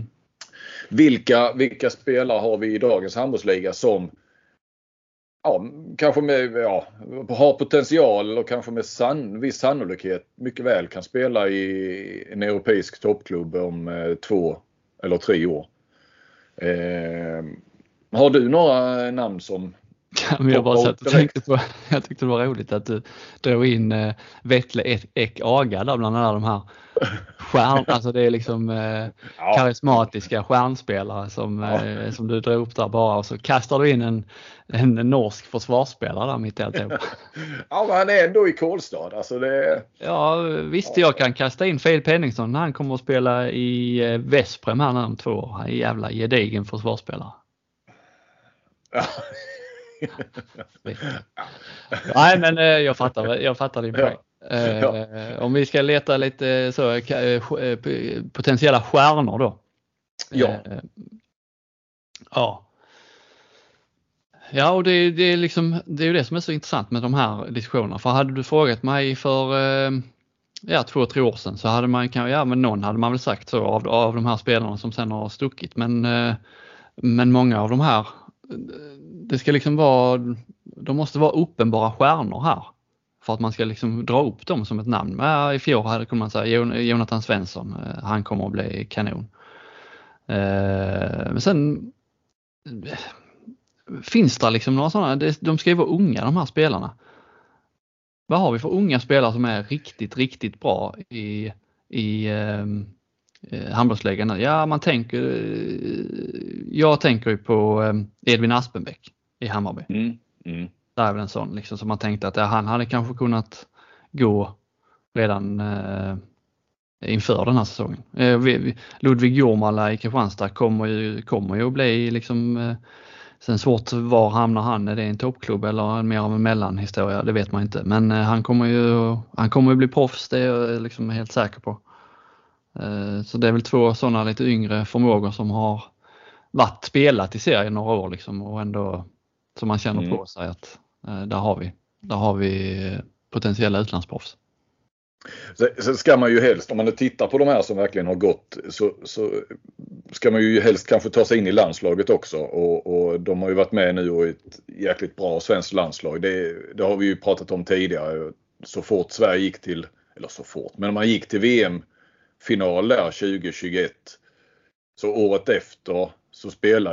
Vilka spelare har vi i dagens handbollsliga som kanske har potential och kanske med viss sannolikhet mycket väl kan spela i en europeisk toppklubb om 2 eller 3 år. Har du några namn som... Jag tyckte det var roligt att du drog in Vettle Aga där bland alla de här alltså det är liksom karismatiska stjärnspelare som du drog upp där bara, och så kastar du in en norsk försvarsspelare där mitt i allt. Ja, men han är ändå i Kolstad. Alltså det... Ja, visst, jag kan kasta in Phil Penningsson när han kommer att spela i Vesprem här om 2 år. Han är jävla gedigen försvarsspelare. Ja. Nej, men jag fattar din poäng. Om vi ska leta lite så potentiella stjärnor då. Ja, och det är liksom, det är ju det som är så intressant med de här diskussionerna. För hade du frågat mig för 2-3 år sedan, så hade man men någon hade man väl sagt så av de här spelarna som sen har stuckit, men många av de här, det ska liksom vara, de måste vara uppenbara stjärnor här för att man ska liksom dra upp dem som ett namn. I fjol kunde man säga Jonathan Svensson, han kommer att bli kanon. Men sen finns det liksom några sådana, de ska ju vara unga de här spelarna. Vad har vi för unga spelare som är riktigt, riktigt bra i handbollsligan? Ja, jag tänker ju på Edvin Aspenbäck i Hammarby. Det är väl en sån liksom, som man tänkte att han hade kanske kunnat gå redan inför den här säsongen. Ludvig Jormala i Kristianstad kommer ju att bli liksom Sen svårt, var hamnar han? Är det en toppklubb eller mer av en mellanhistoria? Det vet man inte. Men han kommer ju bli proffs, det är jag liksom helt säker på. Så det är väl 2 sådana lite yngre förmågor som har spelat i serien några år liksom, och ändå som man känner på sig att där har vi potentiella utlandsproffs. Så ska man ju helst, om man tittar på de här som verkligen har gått, så ska man ju helst kanske ta sig in i landslaget också, och de har ju varit med nu och ett jäkligt bra svenskt landslag. Det har vi ju pratat om tidigare. Så fort Sverige gick till, eller så fort, men man gick till VM-final där 2021, så året efter så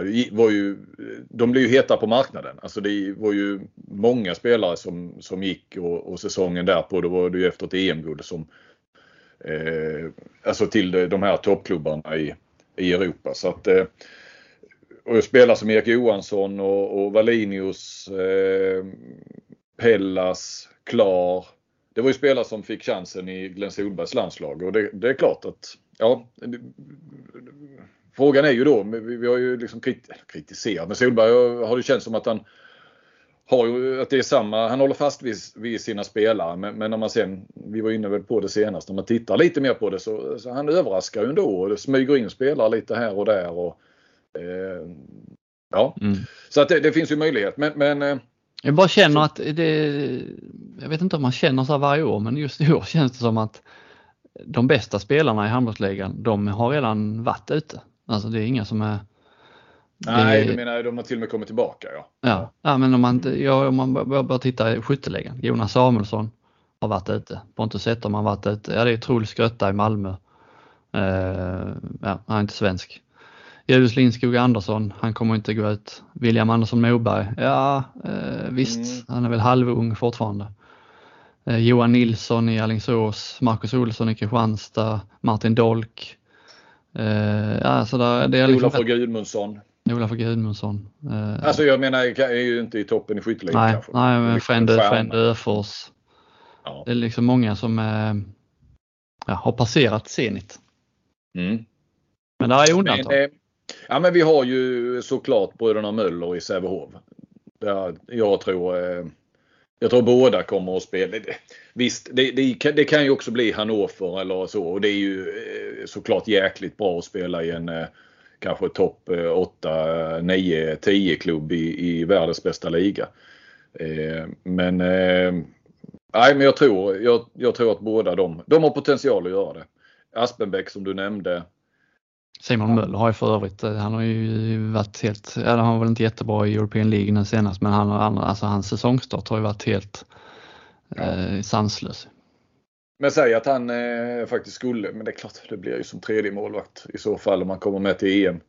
de blev ju heta på marknaden. Alltså det var ju många spelare som gick, och säsongen därpå då var det ju efter ett EM-guld som alltså till de här toppklubbarna i Europa. Så att och spelare som Erik Johansson och Wallinius, Pellas, Klar. Det var ju spelare som fick chansen i Glenn Solbergs landslag, och det är klart att frågan är ju då, vi har ju liksom kritiserat, men Solberg har det känts som att han har ju, att det är samma, han håller fast vid sina spelare, men när man sen, vi var inne väl på det senast, när man tittar lite mer på det så han överraskar ju ändå, och det smyger in spelare lite här och där, och så att det finns ju möjlighet, men jag bara känner att jag vet inte om man känner så här varje år, men just i år känns det som att de bästa spelarna i handbollsligan, de har redan varit ute. Alltså det är inga som är... Nej, du menar de har till och med kommit tillbaka, ja. Ja, men om man bara tittar i skytteligan. Jonas Samuelsson har varit ute. Pontus Zetterman har varit ute. Ja, det är Truls Skrötta i Malmö. Han är inte svensk. Julius Lindskog Andersson, han kommer inte gå ut. William Andersson Moberg, visst, han är väl halvung fortfarande. Johan Nilsson i Alingsås, Marcus Olsson i Kristianstad, Martin Dolk. Så det är liksom Olof Gudmundsson. Alltså jag menar, är ju inte i toppen i skytteligan kanske. Nej, men Frände Öfors. Ja. Det är liksom många som har passerat Zenit. Men det är undantag. Men vi har ju såklart bröderna Möller i Sävehof. Jag tror båda kommer att spela. Visst, det kan ju också bli Hannover eller så. Och det är ju såklart jäkligt bra att spela i en kanske topp 8, 9, 10 klubb i världens bästa liga. Men jag tror att båda de har potential att göra det. Aspenbäck som du nämnde. Simon Möller har ju för övrigt, han har ju varit helt, han har väl inte jättebra i European League den senast, men hans säsongstart har ju varit helt sanslös. Men säg att han faktiskt skulle, men det är klart det blir ju som tredje målvakt i så fall om man kommer med till EM.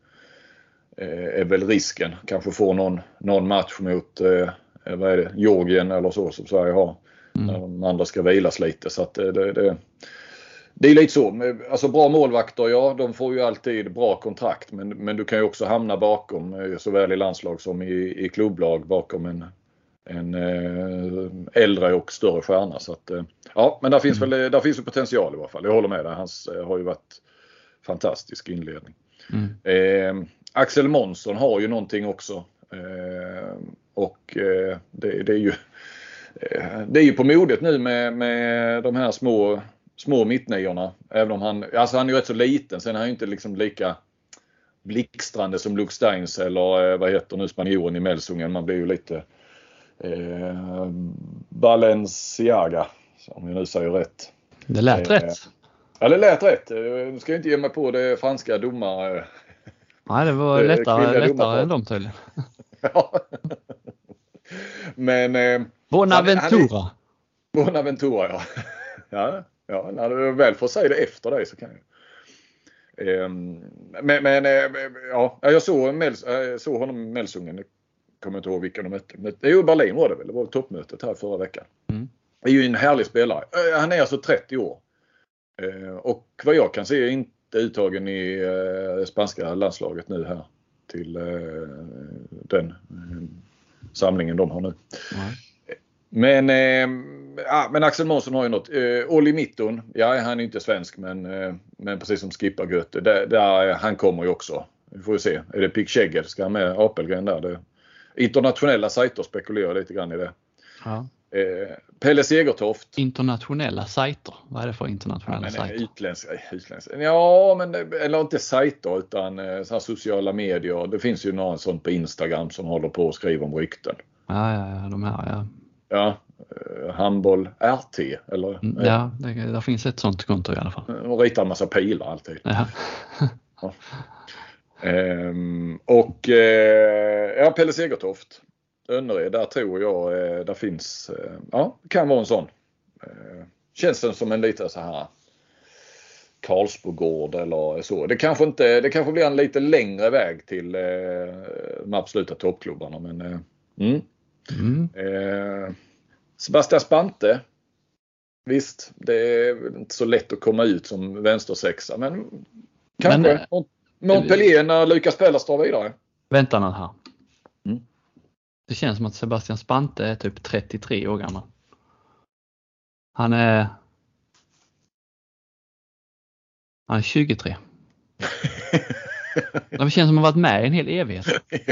Är väl risken, kanske få någon match mot Georgien eller så som Sverige har. När de andra ska vilas lite, så att det är lite så. Alltså bra målvakter, de får ju alltid bra kontrakt, men du kan ju också hamna bakom, såväl i landslag som i klubblag, bakom en äldre och större stjärna. Så att, men där finns ju potential i alla fall. Jag håller med dig, hans har ju varit fantastisk inledning. Axel Månsson har ju någonting också, och det är ju på modet nu med de här små mittniorna, även om han är ju rätt så liten, sen är han ju inte liksom lika blixtrande som Luke Steins eller vad heter nu spanjoren i Melsungen, man blir ju lite Balenciaga, om jag nu säger rätt. Det lät rätt. Ja, det lät rätt. Nu ska jag inte ge mig på det franska domare. Nej, det var lättare än de tydligen. Ja. Men Bonaventura. Bonaventura, ja. Ja, när du väl får säga det efter dig så kan jag. Jag såg honom i Melsungen. Jag kommer inte ihåg vilka de mötte. Det är ju Berlin var det väl. Det var toppmötet här förra veckan. Det är ju en härlig spelare. Han är alltså 30 år. Och vad jag kan se är inte uttagen i spanska landslaget nu här till den samlingen de har nu. Men Axel Månsson har ju något. Olli Mitton, han är inte svensk, men precis som Skipper Göte, där han kommer ju också. Vi får ju se. Är det Pick Schegger? Ska han med Apelgren där? internationella sajter spekulerar lite grann i det. Ja. Pelle Segertoft. Internationella sajter? Vad är det för internationella sajter? Utländska. Ja, men eller inte sajter utan så här sociala medier. Det finns ju någon sån på Instagram som håller på att skriva om rykten. Ja, de här, ja. Ja, handboll RT eller? Ja, där finns ett sånt konto i alla fall. Och ritar en massa pilar alltid. Ja. Ja. Pelle Segertoft. Önnered, där tror jag där finns, kan vara en sån. Känns det som en lite så här Karlsbogård eller så. Det kanske blir en lite längre väg till de absoluta toppklubbarna, men Sebastian Spante. Visst, det är inte så lätt att komma ut som vänstersexa, men kanske Montpellier när Lukas Pellers står vidare. Vänta nu här. Det känns som att Sebastian Spante är typ 33 år gammal. Han är 23. Det känns som att han har varit med i en hel evighet.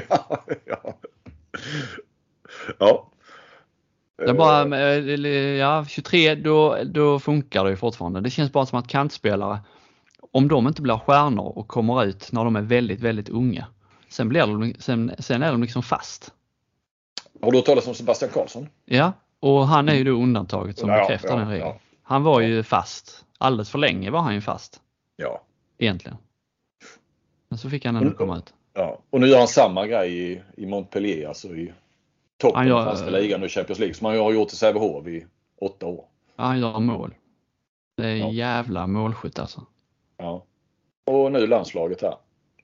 Ja. Det är bara 23 då funkar det ju fortfarande. Det känns bara som att kantspelare, om de inte blir stjärnor och kommer ut när de är väldigt, väldigt unga, sen är de liksom fast. Har du talat om Sebastian Karlsson? Ja, och han är ju då undantaget som bekräftar den regeln. Ja. Han var ju fast. Alldeles för länge var han ju fast. Ja. Egentligen. Men så fick han ändå komma ut. Ja, och nu gör han samma grej i Montpellier, alltså i toppen av franska ligan och Champions League, som han har gjort i Sävehof i 8 år. Ja, han gör mål. Det är jävla målskytt alltså. Ja. Och nu landslaget här.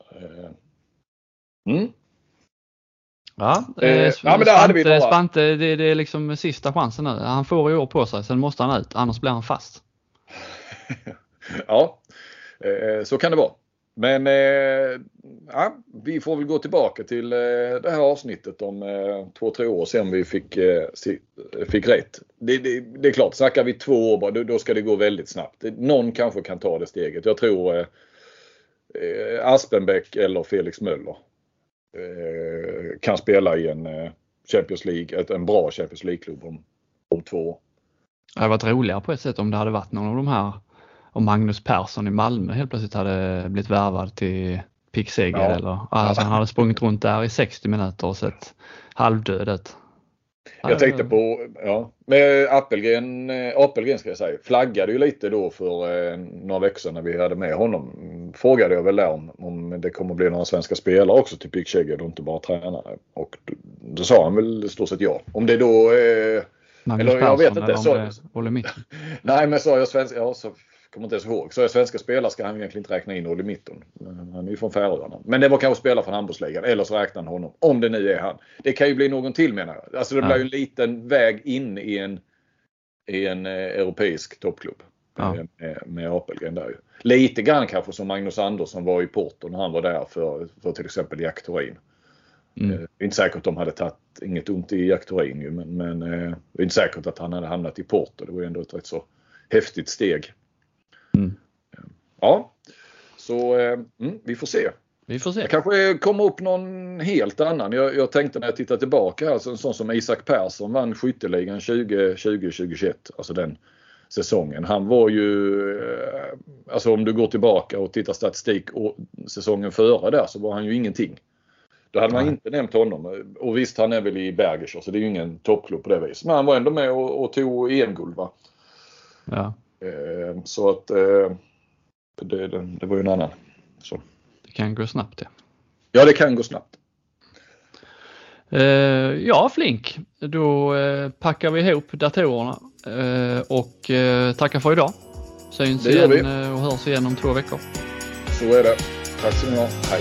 Ja, men det hade vi Spante, det är liksom sista chansen nu. Han får i år på sig, sen måste han ut, annars blir han fast. Ja, så kan det vara. Men vi får väl gå tillbaka till det här avsnittet om 2-3 år sen vi fick rätt. Det är klart, snackar vi 2 år bara, då ska det gå väldigt snabbt. Någon kanske kan ta det steget. Jag tror Aspenbäck eller Felix Möller kan spela i en Champions League, en bra Champions League-klubb om 2 år. Det hade varit roligare på ett sätt om det hade varit någon av de här, om Magnus Persson i Malmö helt plötsligt hade blivit värvad till Pickseger eller alltså han hade sprungit runt där i 60 minuter och sett halvdöd ut. Jag tänkte på, med Apelgren ska jag säga, flaggade ju lite då för några veckor när vi hade med honom. Frågade jag väl där om det kommer bli några svenska spelare också till Pickseger och inte bara tränare. Och då sa han väl i stort sett ja. Om det då Magnus eller Persson, jag vet inte. Nej, men sa jag svenska, så kommer inte ens ihåg. Så jag svenska spelare ska han egentligen inte räkna in Olle Mitton. Han är ju från Färöarna. Men det var kanske spelare från handbollsligan. Eller så räknar han honom. Om det nu är han. Det kan ju bli någon till, menar jag. Alltså det blir ju en liten väg in i en europeisk toppklubb. Med Apelgren där ju. Lite grann kanske som Magnus Andersson var i Porto när han var där för till exempel Jack Thorin. Det är inte säkert att de hade tagit inget ont i Jack Thorin ju. Men det är inte säkert att han hade hamnat i Porto. Det var ju ändå ett rätt så häftigt steg. Ja, så vi får se. Det kanske kommer upp någon helt annan. Jag tänkte när jag tittar tillbaka här, en sån som Isak Persson vann skytteligan 2020-2021, alltså den säsongen. Han var ju, alltså om du går tillbaka och tittar statistik och säsongen före där, så var han ju ingenting. Då hade man inte nämnt honom. Och visst, han är väl i Bergers, så det är ju ingen toppklubb på det viset. Men han var ändå med och tog EM-guld, va? Ja. Så att det var ju en annan. Så. Det kan gå snabbt, ja. Ja, det kan gå snabbt. Ja, Flink. Då packar vi ihop datorerna och tackar för idag. Syns igen och hörs igen om 2 veckor. Så är det. Tack så mycket. Hej.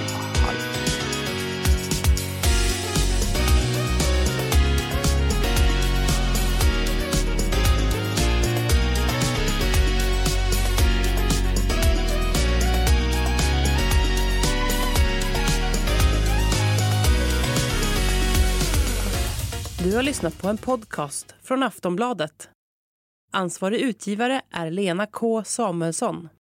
Du har lyssnat på en podcast från Aftonbladet. Ansvarig utgivare är Lena K. Samuelsson.